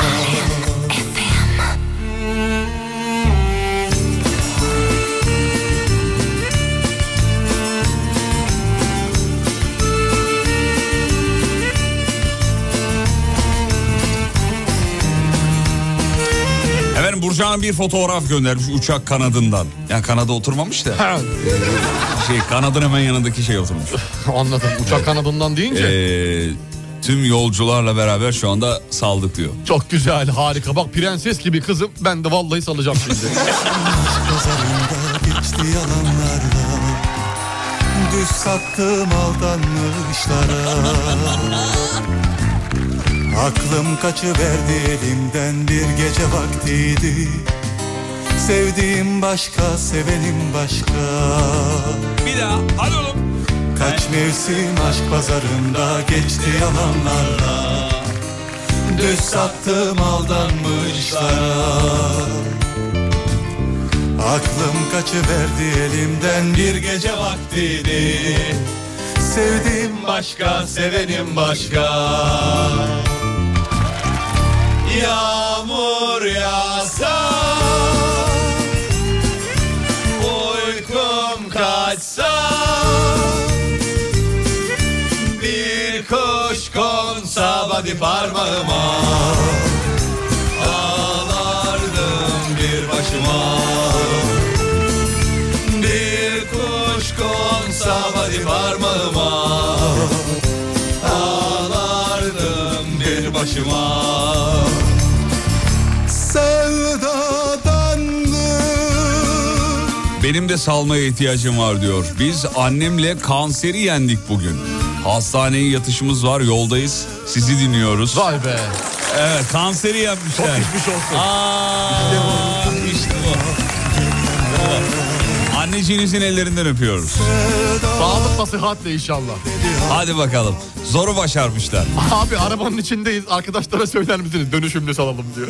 Efendim Burcu bir fotoğraf göndermiş uçak kanadından. Yani kanada oturmamış da. Kanadın hemen yanındaki şey oturmuş. Anladım. Uçak kanadından deyince. Tüm yolcularla beraber şu anda saldık diyor. Çok güzel, harika. Bak prenses gibi kızım. Ben de vallahi salacağım şimdi. Pazarında geçti yalanlarla, düz sattım aldanmışlara. Aklım kaçıverdi elimden, bir gece vaktiydi. Sevdiğim başka, sevenim başka. Bir daha hadi oğlum. Kaç mevsim aşk pazarında geçti yalanlarla, düz sattım aldanmışlara. Aklım kaçıverdi elimden, bir gece vaktiydi. Sevdiğim başka, sevenim başka. Yağmur yağsa, uykum body parmağıma. Ağlardım bir başıma. Bir kuş konsa body parmağıma. Ağlardım bir başıma. Benim de salmaya ihtiyacım var diyor. Biz annemle kanseri yendik bugün. Hastaneye yatışımız var, yoldayız. Sizi dinliyoruz. Vay be. Evet, kanseri yapmışlar. Çok geçmiş olsun. İşte bu. Anneciğinizin ellerinden öpüyoruz. Sağlıkla sıhhatle inşallah. Hadi bakalım. Zoru başarmışlar. Abi arabanın içindeyiz. Arkadaşlara söyler misiniz? Dönüşümlü salalım diyor.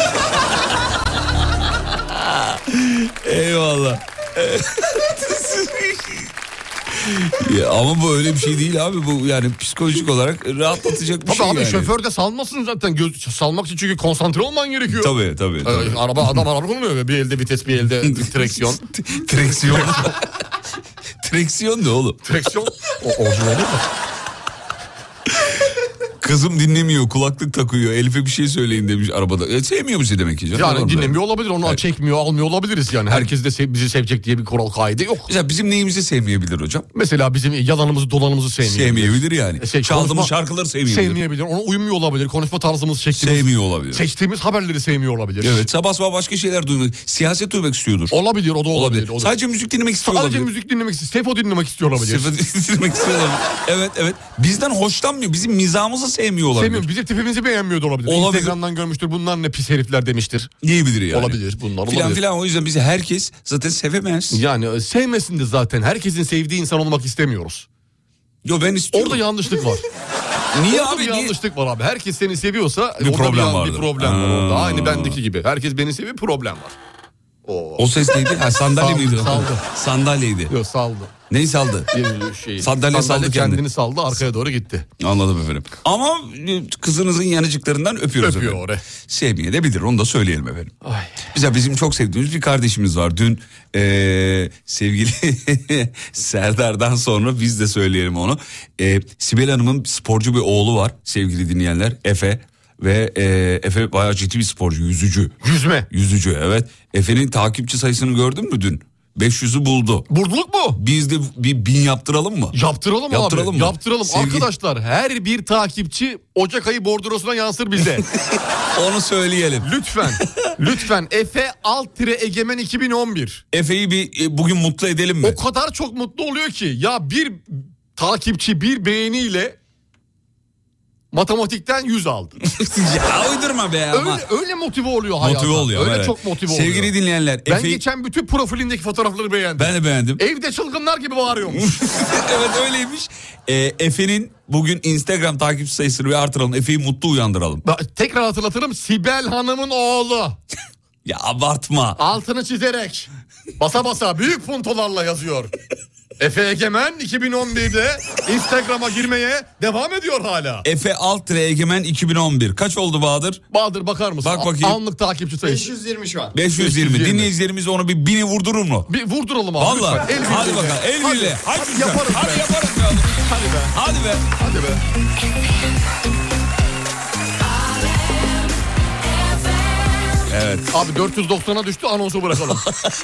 Eyvallah. Ya ama bu öyle bir şey değil abi, bu yani psikolojik olarak rahatlatacak bir Tabii şey abi yani. şoför de salmasın zaten, salmak için çünkü konsantre olman gerekiyor. Tabii. Adam olmuyor, bir elde vites bir elde direksiyon. Direksiyon. Direksiyon ne oğlum? Direksiyon orijinali mi? Kızım dinlemiyor, kulaklık takıyor, Elif'e bir şey söyleyin demiş arabada. Sevmiyor musun demek ki canım? Yani dinlemiyor olabilir, onu çekmiyor, almıyor olabiliriz yani. Herkes de bizi sevecek diye bir kural kaide yok. Mesela bizim neyimizi sevmeyebilir hocam? Mesela bizim yalanımızı dolanımızı sevmeyebilir Yani. Çaldığımız şarkıları sevmeyebilir. Ona uymuyor olabilir. Konuşma tarzımız, şeklimiz. Sevmiyor olabilir. Seçtiğimiz haberleri sevmiyor olabilir. Evet, sabah başka şeyler duymak, siyaset duymak istiyordur. Olabilir, o da olabilir. Sadece müzik dinlemek istiyor olabilir. Sadece müzik dinlemek istiyor. Sefo dinlemek istiyor olabilir. Dinlemek istiyor olabilir. Evet. Bizden hoşlanmıyor. Bizim mizahımızı sevmiyor olabilir. Sevmiyor. Bizim tipimizi beğenmiyor da olabilir. Instagram'dan görmüştür. Bunlar ne pis herifler demiştir. Diyebilir yani. Olabilir. Bunlar olabilir. Filan o yüzden bizi herkes zaten sevemez. Yani sevmesin de zaten. Herkesin sevdiği insan olmak istemiyoruz. Yo, ben istiyorum. Orada yanlışlık var. Niye orada abi? Bir yanlışlık var abi. Herkes seni seviyorsa bir problem var. Bir problem var orada. Aynı bendeki gibi. Herkes beni seviyor, problem var. O ses neydi? Sandalye miydi? Saldı. Sandalyeydi. Yok, saldı. Neyi saldı? Sandalye saldı kendini saldı, arkaya doğru gitti. Anladım efendim. Ama kızınızın yanıcıklarından öpüyoruz Öpüyor efendim. oraya. Sevmeye de bilir, onu da söyleyelim efendim. Ay. Bizim çok sevdiğimiz bir kardeşimiz var. Dün sevgili Serdar'dan sonra biz de söyleyelim onu. Sibel Hanım'ın sporcu bir oğlu var sevgili dinleyenler, Efe. Ve Efe bayağı ciddi bir sporcu, yüzücü. Yüzücü, evet. Efe'nin takipçi sayısını gördün mü dün? 500'ü buldu. Bulduk mu? Biz de bir 1000 yaptıralım mı? Yaptıralım abi. Yaptıralım. Sevgili... Arkadaşlar, her bir takipçi Ocak ayı bordrosuna yansır bize. Onu söyleyelim. Lütfen Efe _Egemen 2011. Efe'yi bir bugün mutlu edelim mi? O kadar çok mutlu oluyor ki. Ya bir takipçi bir beğeniyle matematikten 100 aldı. Ya uydurma be ama. Öyle motive oluyor hayata. Motive oluyor. Öyle evet. çok motive oluyor. Sevgili dinleyenler. Ben geçen bütün profilindeki fotoğrafları beğendim. Ben de beğendim. Evde çılgınlar gibi bağırıyormuş. Evet, öyleymiş. Efe'nin bugün Instagram takipçi sayısını bir artıralım. Efe'yi mutlu uyandıralım. Tekrar hatırlatırım, Sibel Hanım'ın oğlu. Ya abartma. Altını çizerek basa büyük puntolarla yazıyor. Efe Egemen 2011'de Instagram'a girmeye devam ediyor hala. Efe _Egemen 2011. Kaç oldu Bahadır? Bahadır, bakar mısın? Bak bakayım. Anlık takipçi sayısı. 520 şu an. 520. Dinleyicilerimiz onu bir 1000'i vurdurur mu? Bir vurduralım abi. Vallahi. Lütfen. Hadi bakalım. El birliğiyle. Hadi yaparız. Hadi yaparız be oğlum. Hadi be. Hadi be. Evet. Abi 490'a düştü, anonsu bırakalım.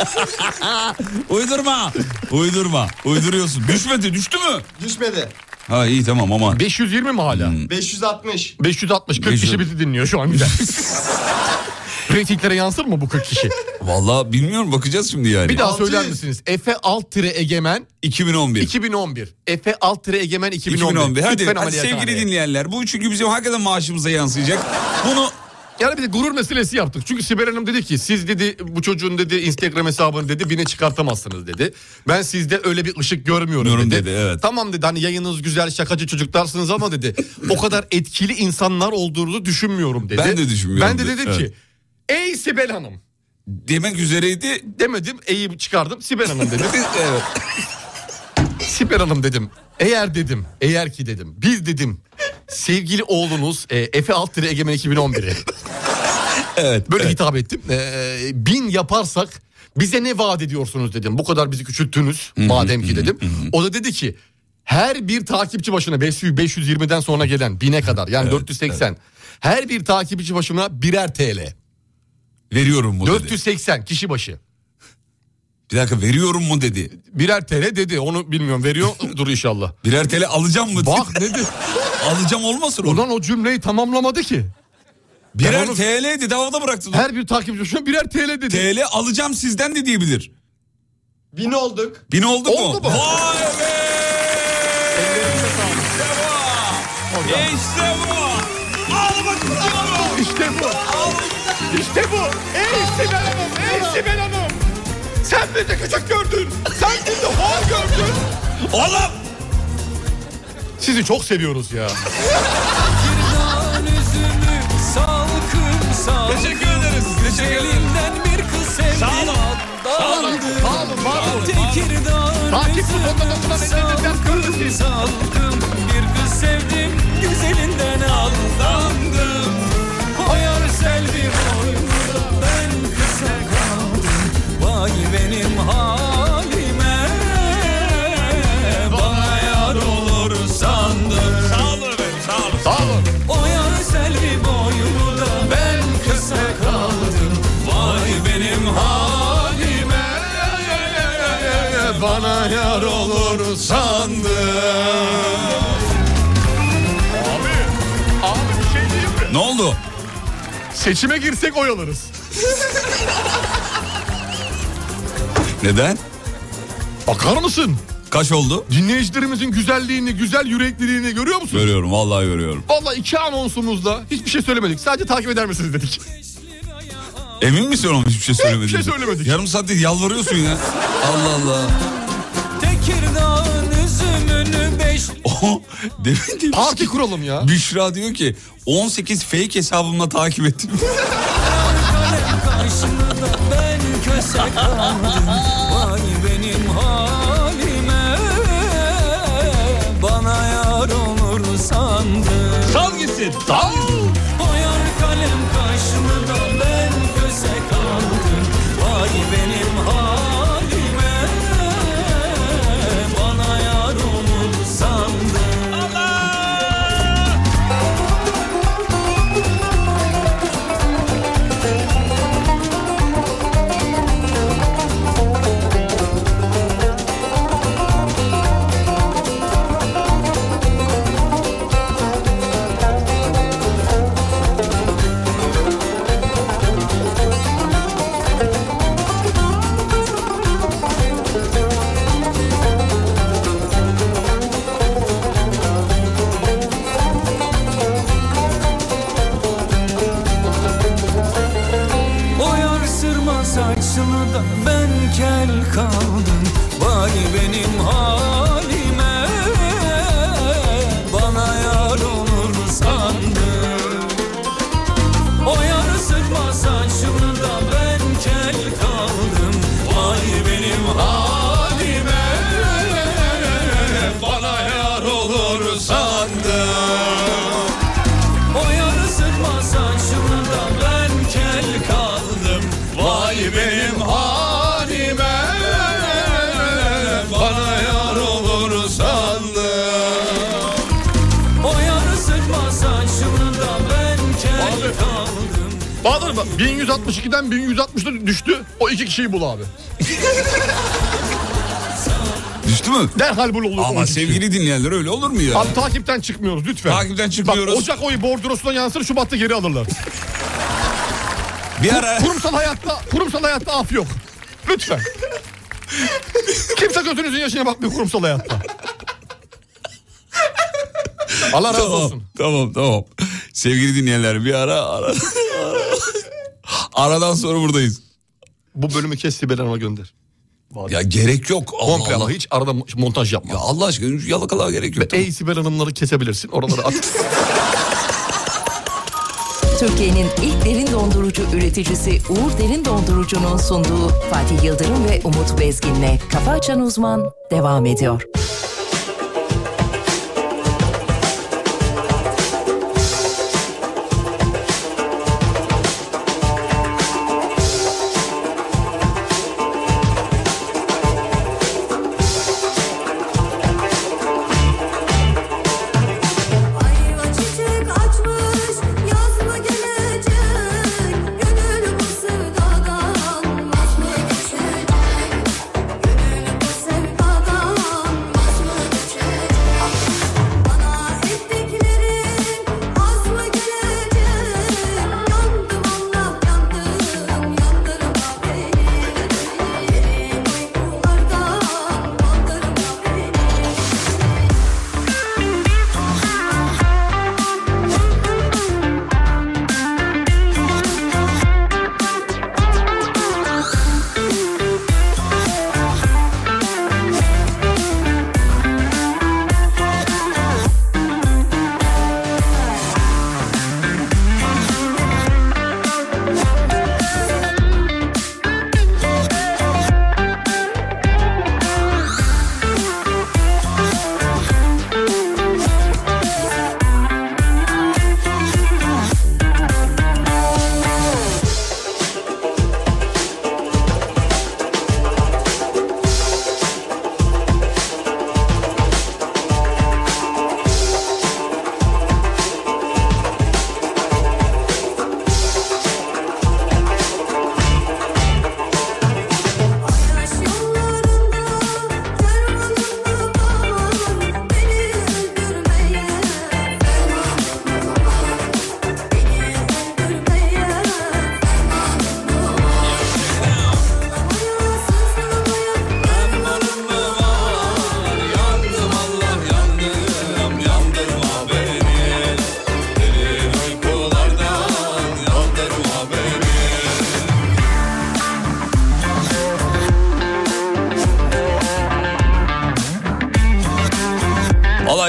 Uydurma. Uyduruyorsun. Düştü mü? Düşmedi. Ha iyi, tamam ama. 520 mi hala? 560. 40 kişi bizi dinliyor şu an, güzel. Reytinglere yansır mı bu 40 kişi? Vallahi bilmiyorum, bakacağız şimdi yani. Bir daha söyler misiniz? Efe _Egemen 2011. Efe _Egemen 2011. Hadi sevgili dinleyenler, bu çünkü bizim hakikaten maaşımıza yansıyacak. Bunu yani bir de gurur meselesi yaptık. Çünkü Sibel Hanım dedi ki siz dedi bu çocuğun dedi Instagram hesabını dedi 1000'e çıkartamazsınız dedi. Ben sizde öyle bir ışık görmüyorum dedi. Evet. Tamam dedi, hani yayınınız güzel, şakacı çocuklarsınız ama dedi o kadar etkili insanlar olduğunu düşünmüyorum dedi. Ben de düşünmüyorum. Ben de dedim ki ey Sibel Hanım. Demek üzereydi. Demedim, E'yi çıkardım, Sibel Hanım dedim. Evet. Sibel Hanım dedim. Eğer ki dedim. Biz dedim sevgili oğlunuz Efe _Egemen 2011'e. Evet. Böyle hitap ettim. 1000 yaparsak bize ne vaat ediyorsunuz dedim. Bu kadar bizi küçülttünüz madem ki dedim. O da dedi ki Her bir takipçi başına 520'den sonra gelen 1000'e kadar yani Evet, 480. evet. Her bir takipçi başına birer TL. Veriyorum mu dedi. 480 kişi başı. Bir dakika, veriyorum mu dedi. Birer TL dedi, onu bilmiyorum, veriyordur inşallah. Birer TL alacağım mı dedi. Bak dedi. Alacağım olmasın o. Ulan o cümleyi tamamlamadı ki. Birer onu- TL dedi, havada bıraktın. Her bir takipçi başına birer TL dedi. TL alacağım sizden de diyebilir. 1000 olduk. 1000 olduk Oldu mu? mu? Vay be! İşte bu! Al bakalım! İşte bu. İşte bu. Ey Sibel Hanım, ey Sibel Hanım. Sen bizi küçük gördün. Sen bizi hor gördün. Oğlum! Sizi çok seviyoruz ya. Kirdan üzümü salkım salkım. Teşekkür ederiz. Teşekkür ederiz. Elinden bir kız sevdim. Sağ olun. Sağ olun. Sağ olun, var olun. Tekirdağ Takip butonuna dokunan elinizden kırmızı. salkım. Bir kız sevdim, güzelinden aldandım. Koyar selvi boynuna, ben kısa kaldım. Vay benim halime, bana yar olur sandım. Sağ olun efendim, sağ olun. Sağ olun. O yar selvi boynuna, ben kısa kaldım. Vay benim halime, Bana yar olur sandım. Abi bir şey diyeyim mi? Ne oldu? Seçime girsek oy alırız. Neden? Bakar mısın? Kaç oldu? Dinleyicilerimizin güzelliğini, güzel yürekliliğini görüyor musun? Görüyorum, vallahi görüyorum. Vallahi 2 anonsumuzda hiçbir şey söylemedik. Sadece takip eder misiniz dedik. Emin misin oğlum, hiçbir şey söylemedin? Hiçbir şey söylemedik. Yarım saattir yalvarıyorsun ya. Allah Allah. Tekirdağ'ın üzümünü beş O demin demiş Parti ki, kuralım ya. Büşra diyor ki 18 fake hesabımla takip ettim. karşımda ben köse kaldım. Vay benim halime, bana yar olur sandım. Sal gitsin. Sal. Boyar kalem karşımda ben köse kaldım. Vay benim halime, bana yar olur sandım. O yar sırma saçını da ben kel kaldım. Vay benim halime, bana yar olur sandım. O yar sırma saçını da ben kel kaldım. Vay benim halime, Bana yar olur sandım. o yar sırma saçını da ben kel kaldım. Vay benim halime. Bana yar olur sandım. O yar sırma saçını da ben kel kaldım. Bahadır bak 1162'den 1160'da düştü. O 2 kişiyi bul abi. Düştü mü? Derhal bul olur. Ama sevgili dinleyenler, öyle olur mu ya? Abi takipten çıkmıyoruz lütfen. Takipten çıkmıyoruz. Bak Ocak oyu bordrosuna yansır, Şubat'ta geri alırlar. Bir ara Kurumsal hayatta af yok. Lütfen. Kimse gözünüzün yaşına bakmıyor kurumsal hayatta. Allah razı olsun. Tamam. Sevgili dinleyenler, bir ara. Aradan sonra buradayız. Bu bölümü kes, Sibel Hanım'a gönder. Ya gerek yok. Allah Komple ama Allah. hiç arada montaj yapma. Ya Allah aşkına yalakalığa gerek yok. Ey Sibel Hanım'ları kesebilirsin. Oraları at. Türkiye'nin ilk derin dondurucu üreticisi Uğur Derin Dondurucu'nun sunduğu Fatih Yıldırım ve Umut Bezgin'le Kafa Açan Uzman devam ediyor.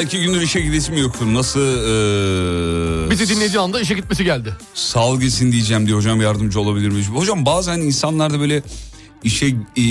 Vallahi 2 gündür işe gidesim yok. Nasıl... Bizi dinlediği anda işe gitmesi geldi. Sağ ol gitsin diyeceğim diyor hocam, yardımcı olabilir miyiz? Hocam bazen insanlarda böyle işe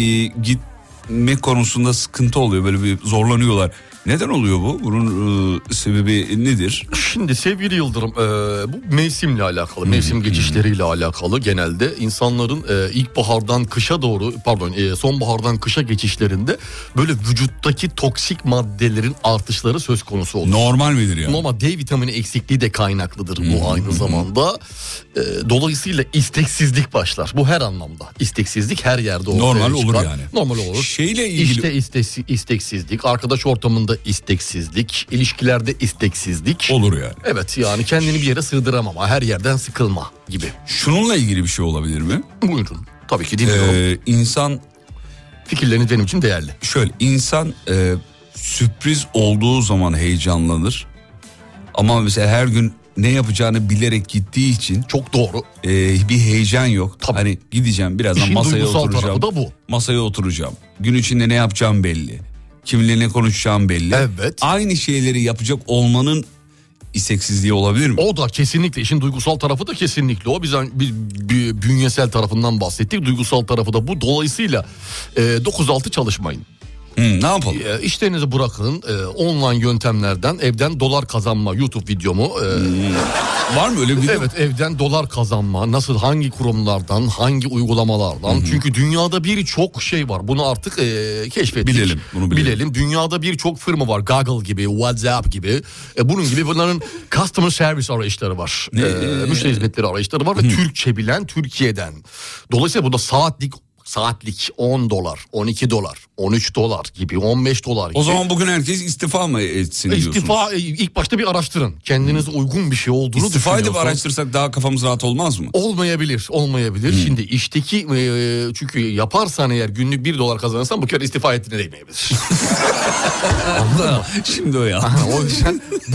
gitmek konusunda sıkıntı oluyor. Böyle bir zorlanıyorlar. Neden oluyor bu? Bunun sebebi nedir? Şimdi sevgili Yıldırım, bu mevsimle alakalı, mevsim geçişleriyle alakalı genelde insanların ilkbahardan kışa doğru, sonbahardan kışa geçişlerinde böyle vücuttaki toksik maddelerin artışları söz konusu olur. Normal midir yani? Normal, D vitamini eksikliği de kaynaklıdır bu aynı zamanda. Dolayısıyla isteksizlik başlar. Bu her anlamda. İsteksizlik her yerde ortaya Normal çıkar. olur yani. Normal olur. Şeyle ilgili... İşte isteksizlik, arkadaş ortamında isteksizlik, ilişkilerde isteksizlik. Olur yani. Evet, yani kendini bir yere sığdıramama, her yerden sıkılma gibi. Şununla ilgili bir şey olabilir mi? Buyurun. Tabii ki dinliyorum. İnsan... Fikirleriniz benim için değerli. Şöyle, insan sürpriz olduğu zaman heyecanlanır. Ama mesela her gün ne yapacağını bilerek gittiği için... Çok doğru. Bir heyecan yok. Tabii. Hani gideceğim birazdan İşin masaya duygusal oturacağım. tarafı da bu. Masaya oturacağım. Gün içinde ne yapacağım belli. Kiminle ne konuşacağım belli. Evet. Aynı şeyleri yapacak olmanın isteksizliği olabilir mi? O da kesinlikle, işin duygusal tarafı da kesinlikle o. Biz bünyesel tarafından bahsettik. Duygusal tarafı da bu. Dolayısıyla 9-6 çalışmayın. Ne yapalım? İşlerinizi bırakın. Online yöntemlerden evden dolar kazanma YouTube videomu. Var mı öyle bir video? Evet, evden dolar kazanma. Nasıl, hangi kurumlardan, hangi uygulamalardan? Çünkü dünyada birçok şey var. Bunu artık keşfettik. Bilelim, bunu bilelim. Dünyada birçok firma var. Google gibi, WhatsApp gibi. Bunun gibi bunların customer service arayışları var. Müşteri hizmetleri arayışları var ve Türkçe bilen Türkiye'den. Dolayısıyla bu da saatlik 10 dolar, 12 dolar, 13 dolar gibi, 15 dolar gibi. O zaman bugün herkes istifa mı etsin diyorsunuz? İstifa, ilk başta bir araştırın. Kendinize uygun bir şey olduğunu İstifa edip düşünüyorsanız. araştırsak daha kafamız rahat olmaz mı? Olmayabilir. Şimdi işteki çünkü yaparsan eğer günlük 1 dolar kazanırsan bu kere istifa ettiğine değmeyebilir. Anladın mı? Şimdi o ya. O yüzden bu...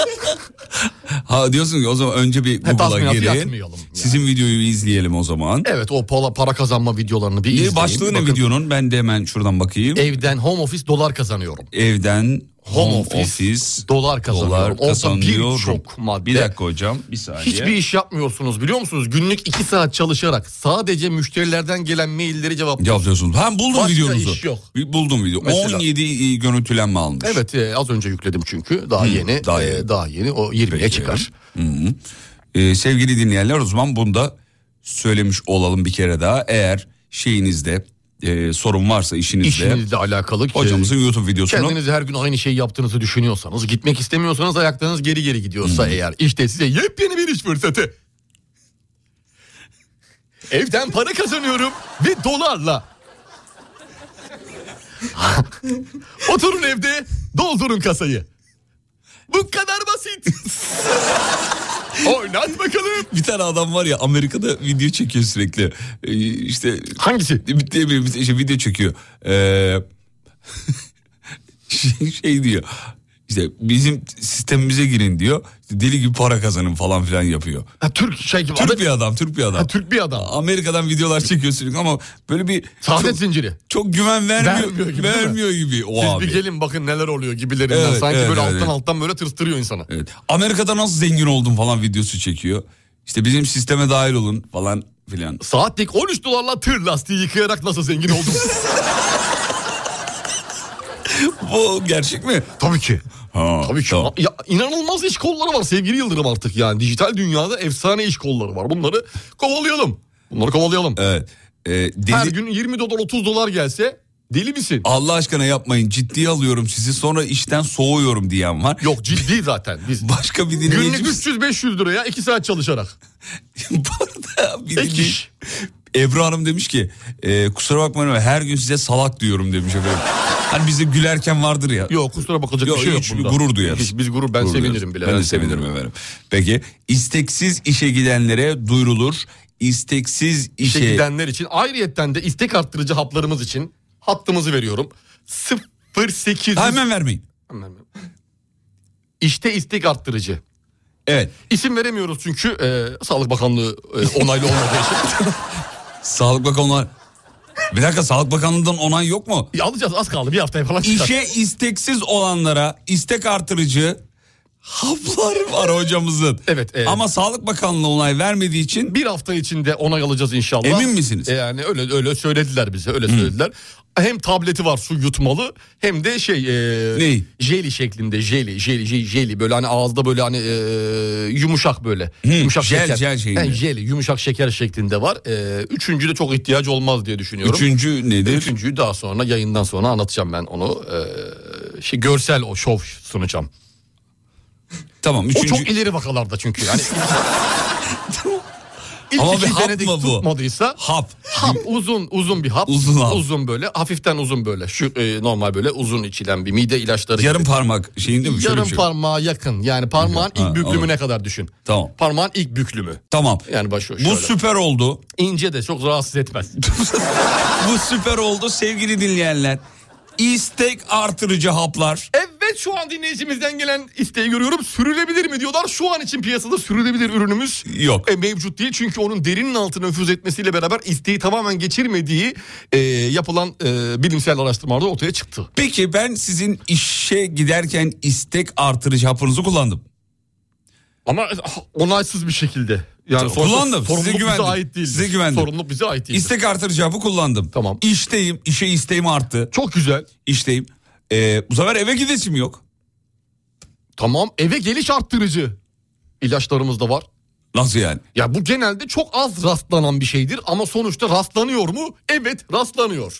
Ha, diyorsun ki o zaman önce bir Google'a girin. Sizin videoyu izleyelim o zaman. Evet, o para kazanma videolarını bir izleyin. Başlığı ne videonun? Ben de hemen şuradan bakayım. Evden home office dolar kazanıyorum. Evden home office dolar kazanıyorum. Orada birçok madde. Bir dakika hocam, bir saniye. Hiçbir iş yapmıyorsunuz biliyor musunuz? Günlük 2 saat çalışarak sadece müşterilerden gelen mailleri cevaplıyorsunuz. Ben buldum başka videonuzu. iş yok. Buldum video. Mesela, 17 görüntülenme almış. Evet, az önce yükledim çünkü. Daha yeni. Daha yeni. O 20'ye çıkar. Sevgili dinleyenler, o zaman bunu da söylemiş olalım bir kere daha. Eğer şeyinizde sorun varsa işinizle alakalı hocamızın YouTube videosunu, kendiniz her gün aynı şeyi yaptığınızı düşünüyorsanız, gitmek istemiyorsanız, ayaklarınız geri gidiyorsa eğer, işte size yepyeni bir iş fırsatı. Evden para kazanıyorum ve dolarla. Oturun evde, doldurun kasayı. Bu kadar basit. Oynat bakalım. Bir tane adam var ya, Amerika'da video çekiyor sürekli. İşte hangisi? Bir video çekiyor. Şey diyor. İşte bizim sistemimize girin diyor. İşte deli gibi para kazanın falan filan yapıyor. Türk bir adam. Türk bir adam. Amerika'dan videolar çekiyor sürekli ama böyle bir saadet zinciri. Çok güven vermiyor gibi. O siz abi. bir gelin bakın neler oluyor gibilerinden. Evet, sanki böyle evet. alttan böyle tırstırıyor insanı. Evet. Amerika'da nasıl zengin oldum falan videosu çekiyor. İşte bizim sisteme dahil olun falan filan. Saatlik 13 dolarla tır lastiği yıkayarak nasıl zengin oldum? Bu gerçek mi? Tabii ki. Tabii ki. Tamam. Ya, inanılmaz iş kolları var sevgili Yıldırım artık yani. Dijital dünyada efsane iş kolları var. Bunları kovalayalım. Evet. Her gün 20 dolar 30 dolar gelse deli misin? Allah aşkına yapmayın, ciddiye alıyorum sizi, sonra işten soğuyorum diyen var. Yok, ciddi zaten. Biz başka bir günlük dinleyicimiz. 300-500 liraya 2 saat çalışarak. Bu arada bir dinleyici Ebru Hanım demiş ki kusura bakmayın ama her gün size salak diyorum demiş efendim. Hani bize gülerken vardır ya. Yok, kusura bakılacak bir şey yok bunda. Gurur duyarız. Biz gurur, ben sevinirim bile. Ben de sevinirim efendim. Peki, isteksiz işe gidenlere duyurulur. İsteksiz işe gidenler için ayrıyetten de istek arttırıcı haplarımız için hattımızı veriyorum. 0800. Hemen vermeyin. İşte istek arttırıcı. Evet. İsim veremiyoruz çünkü Sağlık Bakanlığı onaylı olmadığı için. Sağlık Bakanlığı Bir dakika, Sağlık Bakanlığı'ndan onay yok mu? Alacağız, az kaldı, bir haftaya falan çıkar. İşe isteksiz olanlara istek artırıcı haplar var hocamızın. Evet. Ama Sağlık Bakanlığı onay vermediği için bir hafta içinde onay alacağız inşallah. Emin misiniz? Yani öyle söylediler bize, öyle söylediler. Hem tableti var, su yutmalı, hem de Ney? jeli şeklinde, jeli böyle hani ağızda böyle hani yumuşak böyle. Yumuşak şeker. Jel şeyinde. Yani jeli, yumuşak şeker şeklinde var. Üçüncü de çok ihtiyacı olmaz diye düşünüyorum. Üçüncü nedir? Üçüncüyü daha sonra, yayından sonra anlatacağım ben onu. Görsel o şov sunacağım. Tamam. O çok ileri vakalarda çünkü yani. Ama İlk bir iki hap denedik, mı bu? tutmadıysa Hap. uzun bir hap. Uzun hap. Uzun böyle, hafiften uzun böyle. Şu normal böyle uzun içilen bir mide ilaçları. Yarım gibi. parmak şeyinde mi? Şöyle Yarım bir şey. parmağa yakın. Yani parmağın Ha, ilk büklümüne anladım. kadar düşün. Tamam. Parmağın ilk büklümü. Tamam. Yani şöyle. Bu süper oldu. İnce de çok rahatsız etmez. Bu süper oldu sevgili dinleyenler. İstek artırıcı haplar. Evet, şu an dinleyicimizden gelen isteği görüyorum. Sürülebilir mi diyorlar. Şu an için piyasada sürülebilir ürünümüz yok. Mevcut değil. Çünkü onun derinin altına nüfuz etmesiyle beraber isteği tamamen geçirmediği yapılan bilimsel araştırmalarda ortaya çıktı. Peki ben sizin işe giderken istek artırıcı hapınızı kullandım. Ama onaysız bir şekilde. Yani kullandım. Sorumluluk Size güvendim. bize ait değil. Size güvendim. Sorumluluk bize ait değil. İstek artırıcı hapı kullandım. Tamam. İşteyim. İşe isteğim arttı. Çok güzel. İşteyim. Bu sefer eve gidesim yok. Tamam, eve geliş arttırıcı ilaçlarımız da var. Nasıl yani? Ya bu genelde çok az rastlanan bir şeydir ama sonuçta rastlanıyor mu? Evet, rastlanıyor.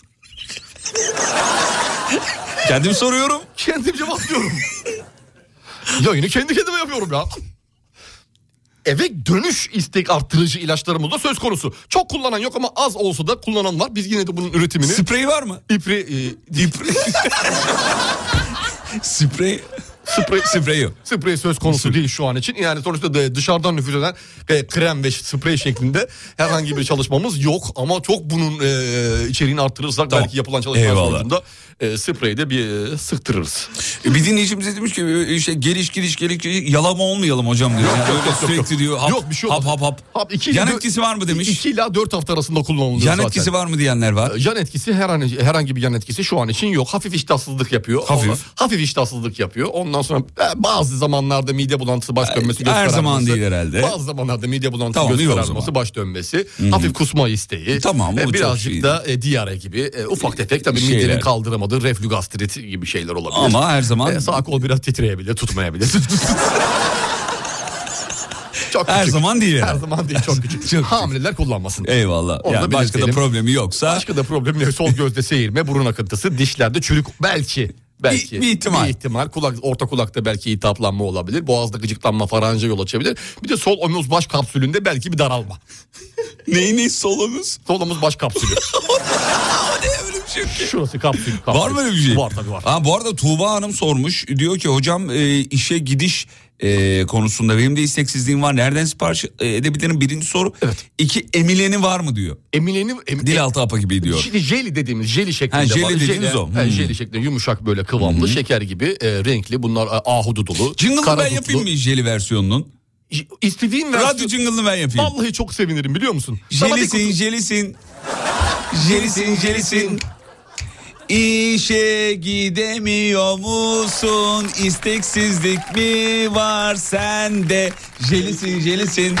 Kendim soruyorum. Kendim cevaplıyorum. Yayını kendi kendime yapıyorum ya. Eve dönüş istek arttırıcı ilaçlarımız da söz konusu. Çok kullanan yok ama az olsa da kullanan var. Biz yine de bunun üretimini... Sprey var mı? Sprey yok. Sprey söz konusu değil şu an için. Yani sonuçta dışarıdan nüfuz eden krem ve sprey şeklinde herhangi bir çalışmamız yok. Ama çok bunun içeriğini arttırırsak tamam. belki yapılan çalışmalar sonucunda spreyi de bir sıktırırız. Bir dinleyicimiz demiş ki işte geliş yalama olmayalım hocam diyor. Yani öyle sürekli diyor yok bir şey hap. Yan etkisi var mı demiş. 2 ila 4 hafta arasında kullanılıyor yan zaten. Yan etkisi var mı diyenler var. Yan etkisi herhangi bir yan etkisi şu an için yok. Hafif iştahsızlık yapıyor. Hafif iştahsızlık yapıyor. Ondan sonra bazı zamanlarda mide bulantısı, baş dönmesi, göz her kararması. zaman değil herhalde. Bazı zamanlarda mide bulantısı, göz kararması, baş dönmesi, hafif kusma isteği. Tamam, birazcık da diyare gibi ufak tefek tabii midenin kaldıramadığı reflü gastrit gibi şeyler olabilir. Ama her zaman sağ kol biraz titreyebilir, tutmayabilir. Çok her küçük. zaman değil. Her zaman değil, çok küçük. Çok hamileler kullanmasın. Eyvallah. Yani başka da problemi yoksa. Başka da problemi yok. Sol gözde seyirme, burun akıntısı, dişlerde çürük belki. Bir ihtimal. Orta kulakta belki iltihaplanma olabilir. Boğazda gıcıklanma, faranja yol açabilir. Bir de sol omuz baş kapsülünde belki bir daralma. Neyi sol omuz? Sol omuz baş kapsülü. Öyle bir şey yok ki. Şurası kapsül. Var mı öyle bir şey? Var tabii var. Bu arada Tuğba Hanım sormuş. Diyor ki hocam işe gidiş konusunda benim de isteksizliğim var. Nereden sipariş edebilirim? Birinci soru. Evet. 2 emileni var mı diyor. Emileni dil altı hapı gibi diyor. Jeli dediğimiz jeli şeklinde jeli var. Dediğiniz o. Jeli şeklinde yumuşak böyle kıvamlı şeker gibi renkli. Bunlar ahududulu. Jingle'ını ben yapayım mı jeli versiyonunun? İstediğin versiyon. Radyo jingle'ını ben yapayım. Vallahi çok sevinirim biliyor musun? Jelisin. İşe gidemiyor musun? İsteksizlik mi var sende? Jelisin.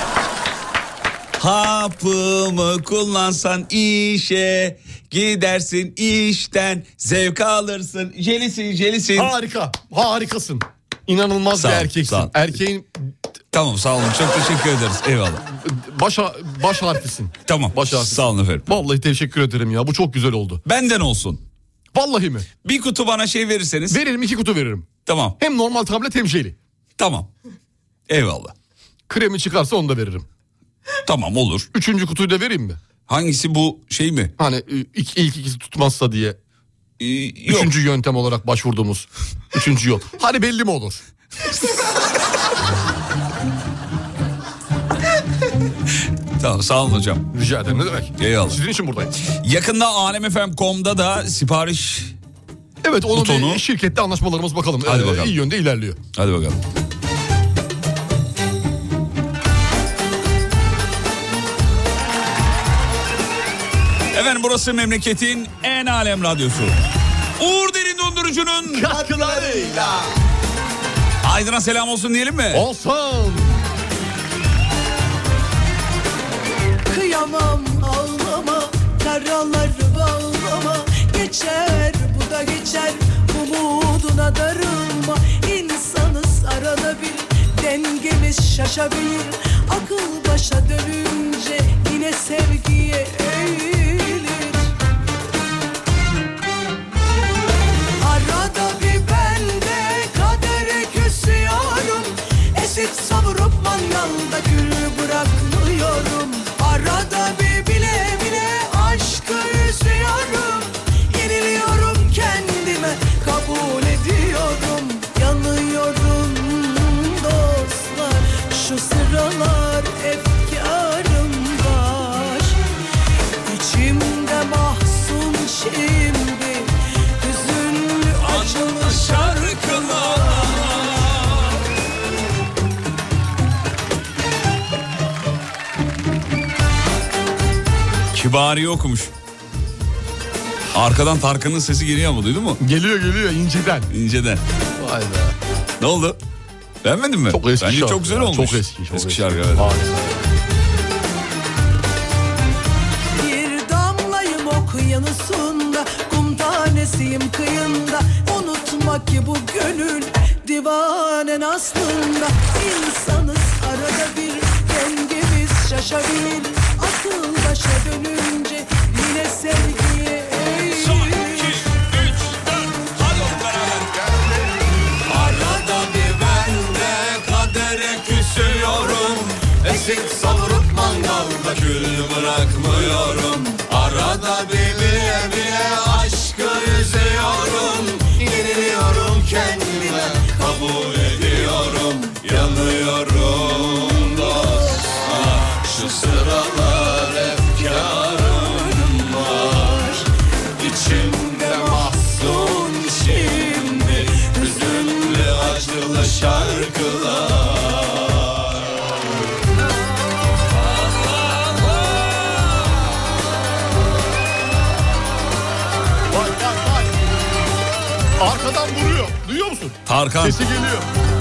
Hapımı kullansan işe gidersin, işten zevk alırsın. Jelisin. Harikasın. İnanılmaz bir erkeksin. Erkeğin... Tamam, sağ olun, çok teşekkür ederiz, eyvallah. Baş harfisin. Tamam, sağ olun efendim. Vallahi teşekkür ederim ya, bu çok güzel oldu. Benden olsun. Vallahi mi? Bir kutu bana verirseniz. Veririm, 2 kutu veririm. Tamam. Hem normal tablet hem jeli. Tamam. Eyvallah. Kremi çıkarsa onu da veririm. Tamam, olur. 3. kutuyu da vereyim mi? Hangisi, bu şey mi? Hani ilk ikisi tutmazsa diye. Yok. 3. yöntem olarak başvurduğumuz 3. yol. Hani belli mi olur? Tamam, sağ olun hocam. Rica ederim, ne demek? Eyvallah. Sizin için buradayım. Yakında alemfm.com'da da sipariş. Evet, onu bir şirkette anlaşmalarımız bakalım. Hadi bakalım. İyi yönde ilerliyor. Hadi bakalım. Efendim burası memleketin en alem radyosu. Uğur Derin Dondurucu'nun Katkılarıyla. Aydın'a selam olsun diyelim mi? Olsun. Kıyamam ağlama, karaları bağlama. Geçer bu da geçer, umuduna darılma. İnsanız arada bir, dengemiz şaşabilir. Akıl başa dönünce yine sevgiye eğilir. Arada bir ben de kadere küsüyorum. Esip savurup mangalda gül bırakmıyorum. Arada bir bile bile aşkı üzüyorum. Yeniliyorum kendime, kabul ediyorum. Yanıyorum dostlar, şu sıralar efkarım var. İçimde mahzun şimdi, hüzünlü acılı şarkılar. Kibari okumuş. Arkadan Tarkan'ın sesi geliyor mu, duydun mu? Geliyor inceden. İnceden. Vay be. Ne oldu? Beğenmedin mi? Çok eski Bence şarkı çok güzel ya. olmuş. Çok eski. Çok eski şarkı, evet. Bir damlayım okyanusunda, kum tanesiyim kıyında. Unutmak ki bu gönül divanen aslında. İnsanız arada bir, dengemiz şaşabilir. Akıl başa dönünce yine sevgiye eğilir. Son, 2, 3, 4, hadi oğlum beraber. Arada bir ben de kadere küsüyorum. Esip savurup mangalda kül bırakmıyorum. Arada bir bile bile aşkı üzüyorum. Yeniliyorum kendime, kabul ediyorum. Yanıyorum dostlar, şu sıralar efkarım var. İçimde mahzun şimdi, hüzünlü acılı şarkılar. Vay. Arkadan vuruyor. Duyuyor musun? Tarkan. Sesi geliyor.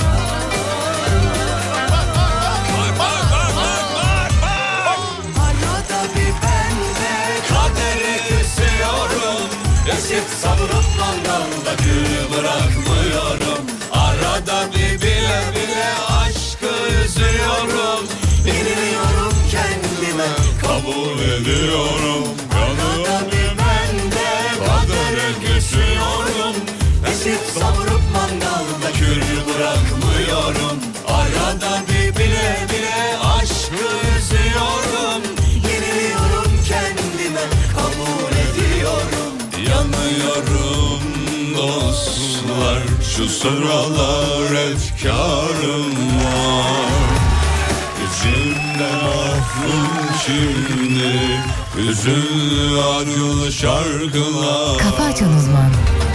Arada bir ben de Kadere küsüyorum. Esip savurup mangalda gül bırakmıyorum. Arada bir bile bile aşkı üzüyorum. Yeniliyorum kendime, kabul ediyorum. Arada bir ben de kadere küsüyorum. Esip savurup mangalda kül bırakmıyorum. Arada bir bile bile aşkı üzüyorum. Yeniliyorum kendime, kabul ediyorum. Yanıyorum dostlar, şu sıralar efkarım var. İçimde mahrum şimdi, hüzünlü acılı şarkılar. Kafa Açan Uzman.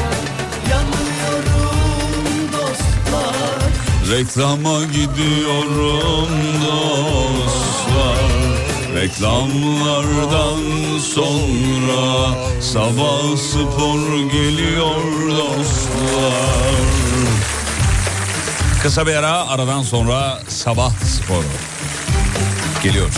yanıyorum dostlar. Reklama gidiyorum dostlar. Reklamlardan sonra sabah spor geliyor dostlar. Kısa bir aradan sonra sabah sporu geliyoruz.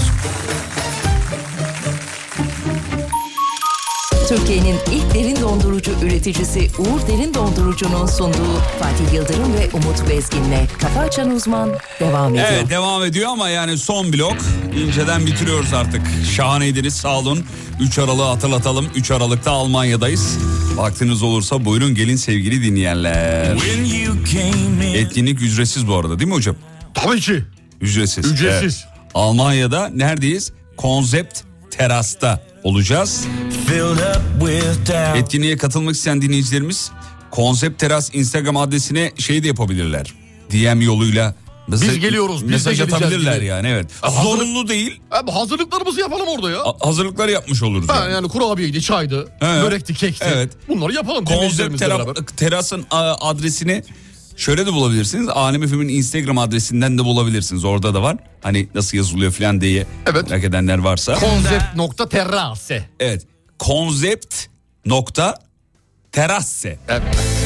Türkiye'nin ilk derin dondurucu üreticisi Uğur Derin Dondurucu'nun sunduğu Fatih Yıldırım ve Umut Bezgin'le Kafa Açan Uzman devam ediyor. Evet, devam ediyor ama yani son blok, inceden bitiriyoruz artık. Şahaneydiniz, sağ olun. 3 Aralık'ı hatırlatalım. 3 Aralık'ta Almanya'dayız. Vaktiniz olursa buyurun gelin sevgili dinleyenler. Etkinlik ücretsiz bu arada, değil mi hocam? Tabii ki. Ücretsiz. Ücretsiz. Evet. Almanya'da neredeyiz? Konsept Teras'ta olacağız. Etkinliğe katılmak isteyen dinleyicilerimiz Konsept Teras Instagram adresine şey de yapabilirler. DM yoluyla Biz geliyoruz, biz de mesaj geleceğiz atabilirler gibi. yani, evet. Zorunlu değil. Abi hazırlıklarımızı yapalım orada ya. Hazırlıkları yapmış oluruz. Ha, yani. yani kurabiyeydi, çaydı, Evet. börekti, kekti. Evet. Bunları yapalım. Konsept dinleyicilerimizle beraber. Teras'ın adresini şöyle de bulabilirsiniz. Alem FM'in Instagram adresinden de bulabilirsiniz. Orada da var. Hani nasıl yazılıyor falan diye Evet. merak edenler varsa. Konsept.terrase. Evet. konzept.terasse. Evet.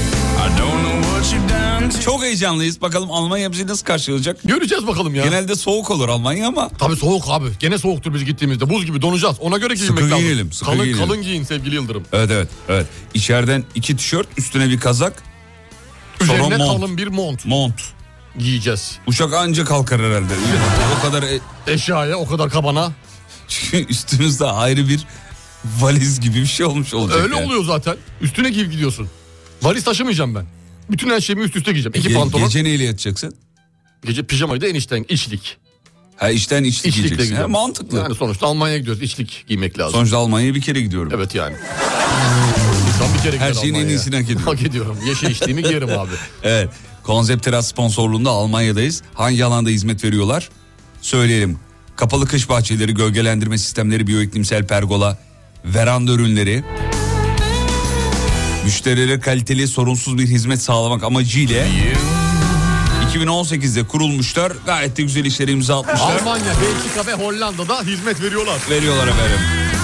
Çok heyecanlıyız. Bakalım Almanya bizi nasıl karşılayacak? Göreceğiz bakalım ya. Genelde soğuk olur Almanya ama. Tabii soğuk abi. Gene soğuktur biz gittiğimizde. Buz gibi donacağız. Ona göre giyinmek Sıkı lazım. giyinelim, sıkı giyinelim. Kalın giyin sevgili Yıldırım. Evet. İçeriden 2 tişört, üstüne bir kazak. Sonra Üzerine mont. kalın bir mont Mont. giyeceğiz. Uçak anca kalkar herhalde. O kadar Eşyaya o kadar kabana. çünkü üstümüzde ayrı bir valiz gibi bir şey olmuş olacak. Öyle yani. oluyor zaten. Üstüne giyip gidiyorsun. Valiz taşımayacağım ben. Bütün her şeyimi üst üste giyeceğim. 2 pantolon. Gece neyle yatacaksın? Gece pijamayı da enişten içlik. Ha işten içlik İçlikle giyeceksin. Ha, gidiyorum. mantıklı. Yani sonuçta Almanya'ya gidiyoruz. İçlik giymek lazım. Sonuçta Almanya'ya bir kere gidiyorum. Evet yani. İnsan bir kere Her gider şeyin en Almanya'ya. iyisini hak ediyorum. Hak ediyorum. Yeşil içtiğimi giyerim abi. Evet. Konzept Teras sponsorluğunda Almanya'dayız. Hangi alanda hizmet veriyorlar? Söyleyelim. Kapalı kış bahçeleri, gölgelendirme sistemleri, biyoiklimsel pergola, veranda ürünleri. Müşterilere kaliteli, sorunsuz bir hizmet sağlamak amacıyla 2018'de kurulmuşlar. Gayet de güzel işlere imza atmışlar. Almanya, Belçika ve Hollanda'da hizmet veriyorlar. Veriyorlar efendim.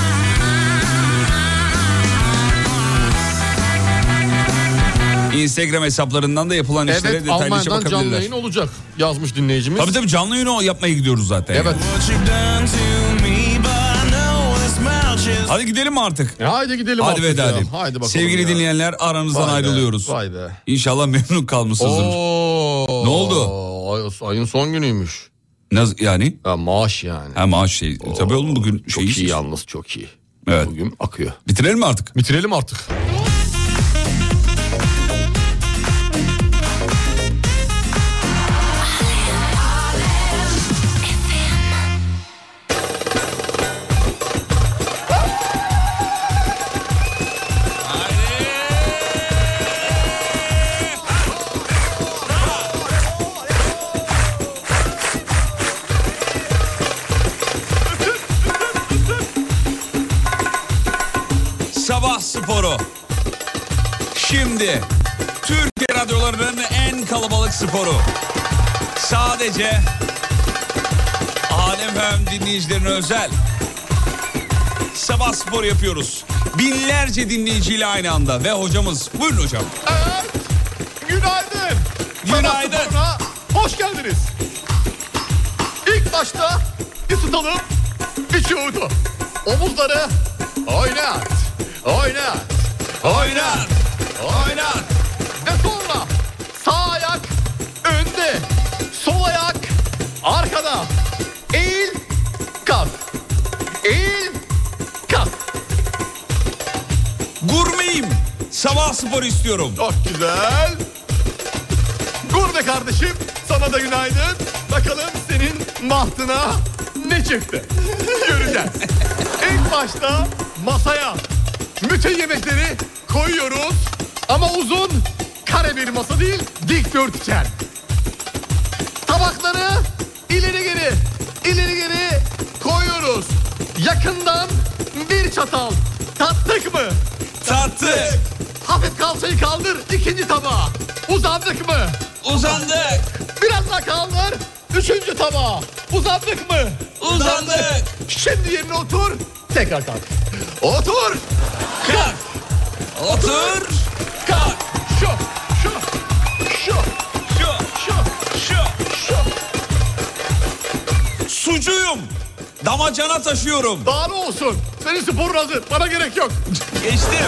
Instagram hesaplarından da yapılan işlere Evet, detaylıca Almanya'dan canlı bakabilirler. yayın olacak yazmış dinleyicimiz. Tabii canlı yayın yapmaya gidiyoruz zaten. Evet. Hadi gidelim mi artık? Haydi gidelim Hadi artık veda ya. edelim. Haydi bakalım Sevgili ya. dinleyenler aranızdan Vay be, ayrılıyoruz. vay be. İnşallah memnun kalmışsınızdır. Oo. Ne oldu? Ayın son günüymüş. Yani? Ha, maaş yani. Ha maaş şey. Tabii oğlum bugün Çok şey iyi işiz. yalnız, çok iyi. Evet. Bugün akıyor. Bitirelim mi artık? Bitirelim artık. Sabah sporu. Şimdi Türkiye radyolarının en kalabalık sporu. Sadece Alem FM dinleyicilerine özel. Sabah spor yapıyoruz. Binlerce dinleyiciyle aynı anda ve hocamız. Buyurun hocam. Evet. Günaydın. Günaydın. Sabah sporuna hoş geldiniz. İlk başta ısıtalım vücudu. Omuzları oynat. Oynat. Oynat. Oynat. Ve sonra sağ ayak önde. Sol ayak arkada. Eğil. Kalk. Eğil. Kalk. Gurmeyim. Sabah sporu istiyorum. Çok güzel. Gurme kardeşim, sana da günaydın. Bakalım senin mahtına ne çıktı? Göreceğiz. İlk başta masaya bütün yemekleri koyuyoruz. Ama uzun, kare bir masa değil, dikdörtgen. Tabakları ileri geri koyuyoruz. Yakından bir çatal. Tattık mı? Tattık. Hafif kalçayı kaldır, ikinci tabağa. Uzandık mı? Uzandık. Biraz daha kaldır, üçüncü tabağa. Uzandık mı? Uzandık. Şimdi yerine otur, tekrar kalk. Otur, Kalk. Otur. kalk. Şu. Şu. Sucuyum. Damacana taşıyorum. Daha ne olsun? Senin sporun hazır, bana gerek yok. Geçtim.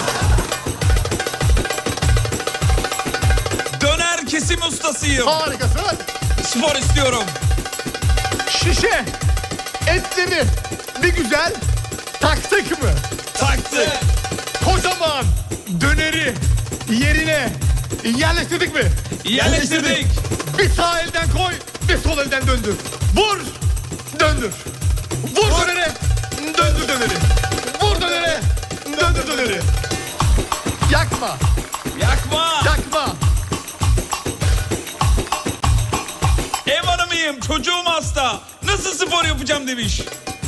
Döner kesim ustasıyım. Harikasın. Spor istiyorum. Şişe etleri bir güzel taktık mı? Taktık. Kocaman döneri yerine yerleştirdik mi? Yerleştirdik. Bir sağ elden koy, bir sol elden döndür. Vur, döndür. Vur döneri, döndür döneri. Vur döneri, döndür döneri. Yakma, Yakma. yakma. Ev hanımıyım. Çocuğum hasta. Nasıl spor yapacağım demiş.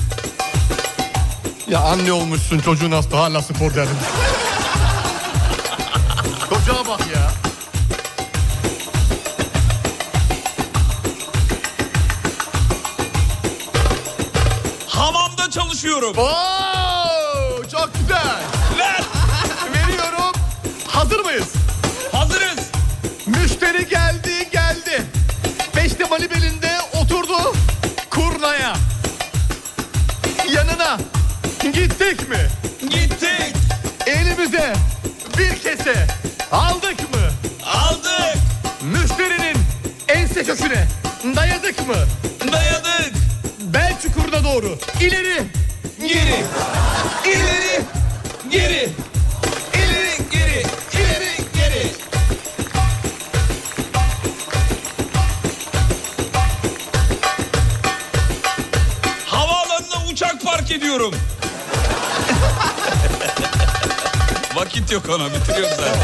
Ya anne olmuşsun, çocuğun hasta, hala spor derdin. Çocuğa bak ya. Hamamda çalışıyorum. Oo, çok Çok güzel. Ver. Veriyorum. Hazır mıyız? Hazırız. Müşteri geldi. Peştemali belinde oturdu kurnaya. Yanına gittik mi? Gittik. Elimize bir kese aldık mı? Aldık. Müşterinin ense köküne dayadık mı? Dayadık. Bel çukuruna doğru ileri Geri. İleri. Geri. İleri geri. İleri geri. Havaalanına uçak park ediyorum. Vakit yok ona, bitiriyorum zaten.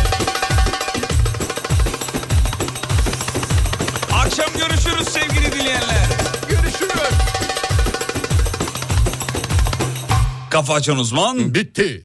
Akşam görüşürüz sevgili dinleyenler. görüşürüz. Kafa Açan Uzman Bitti.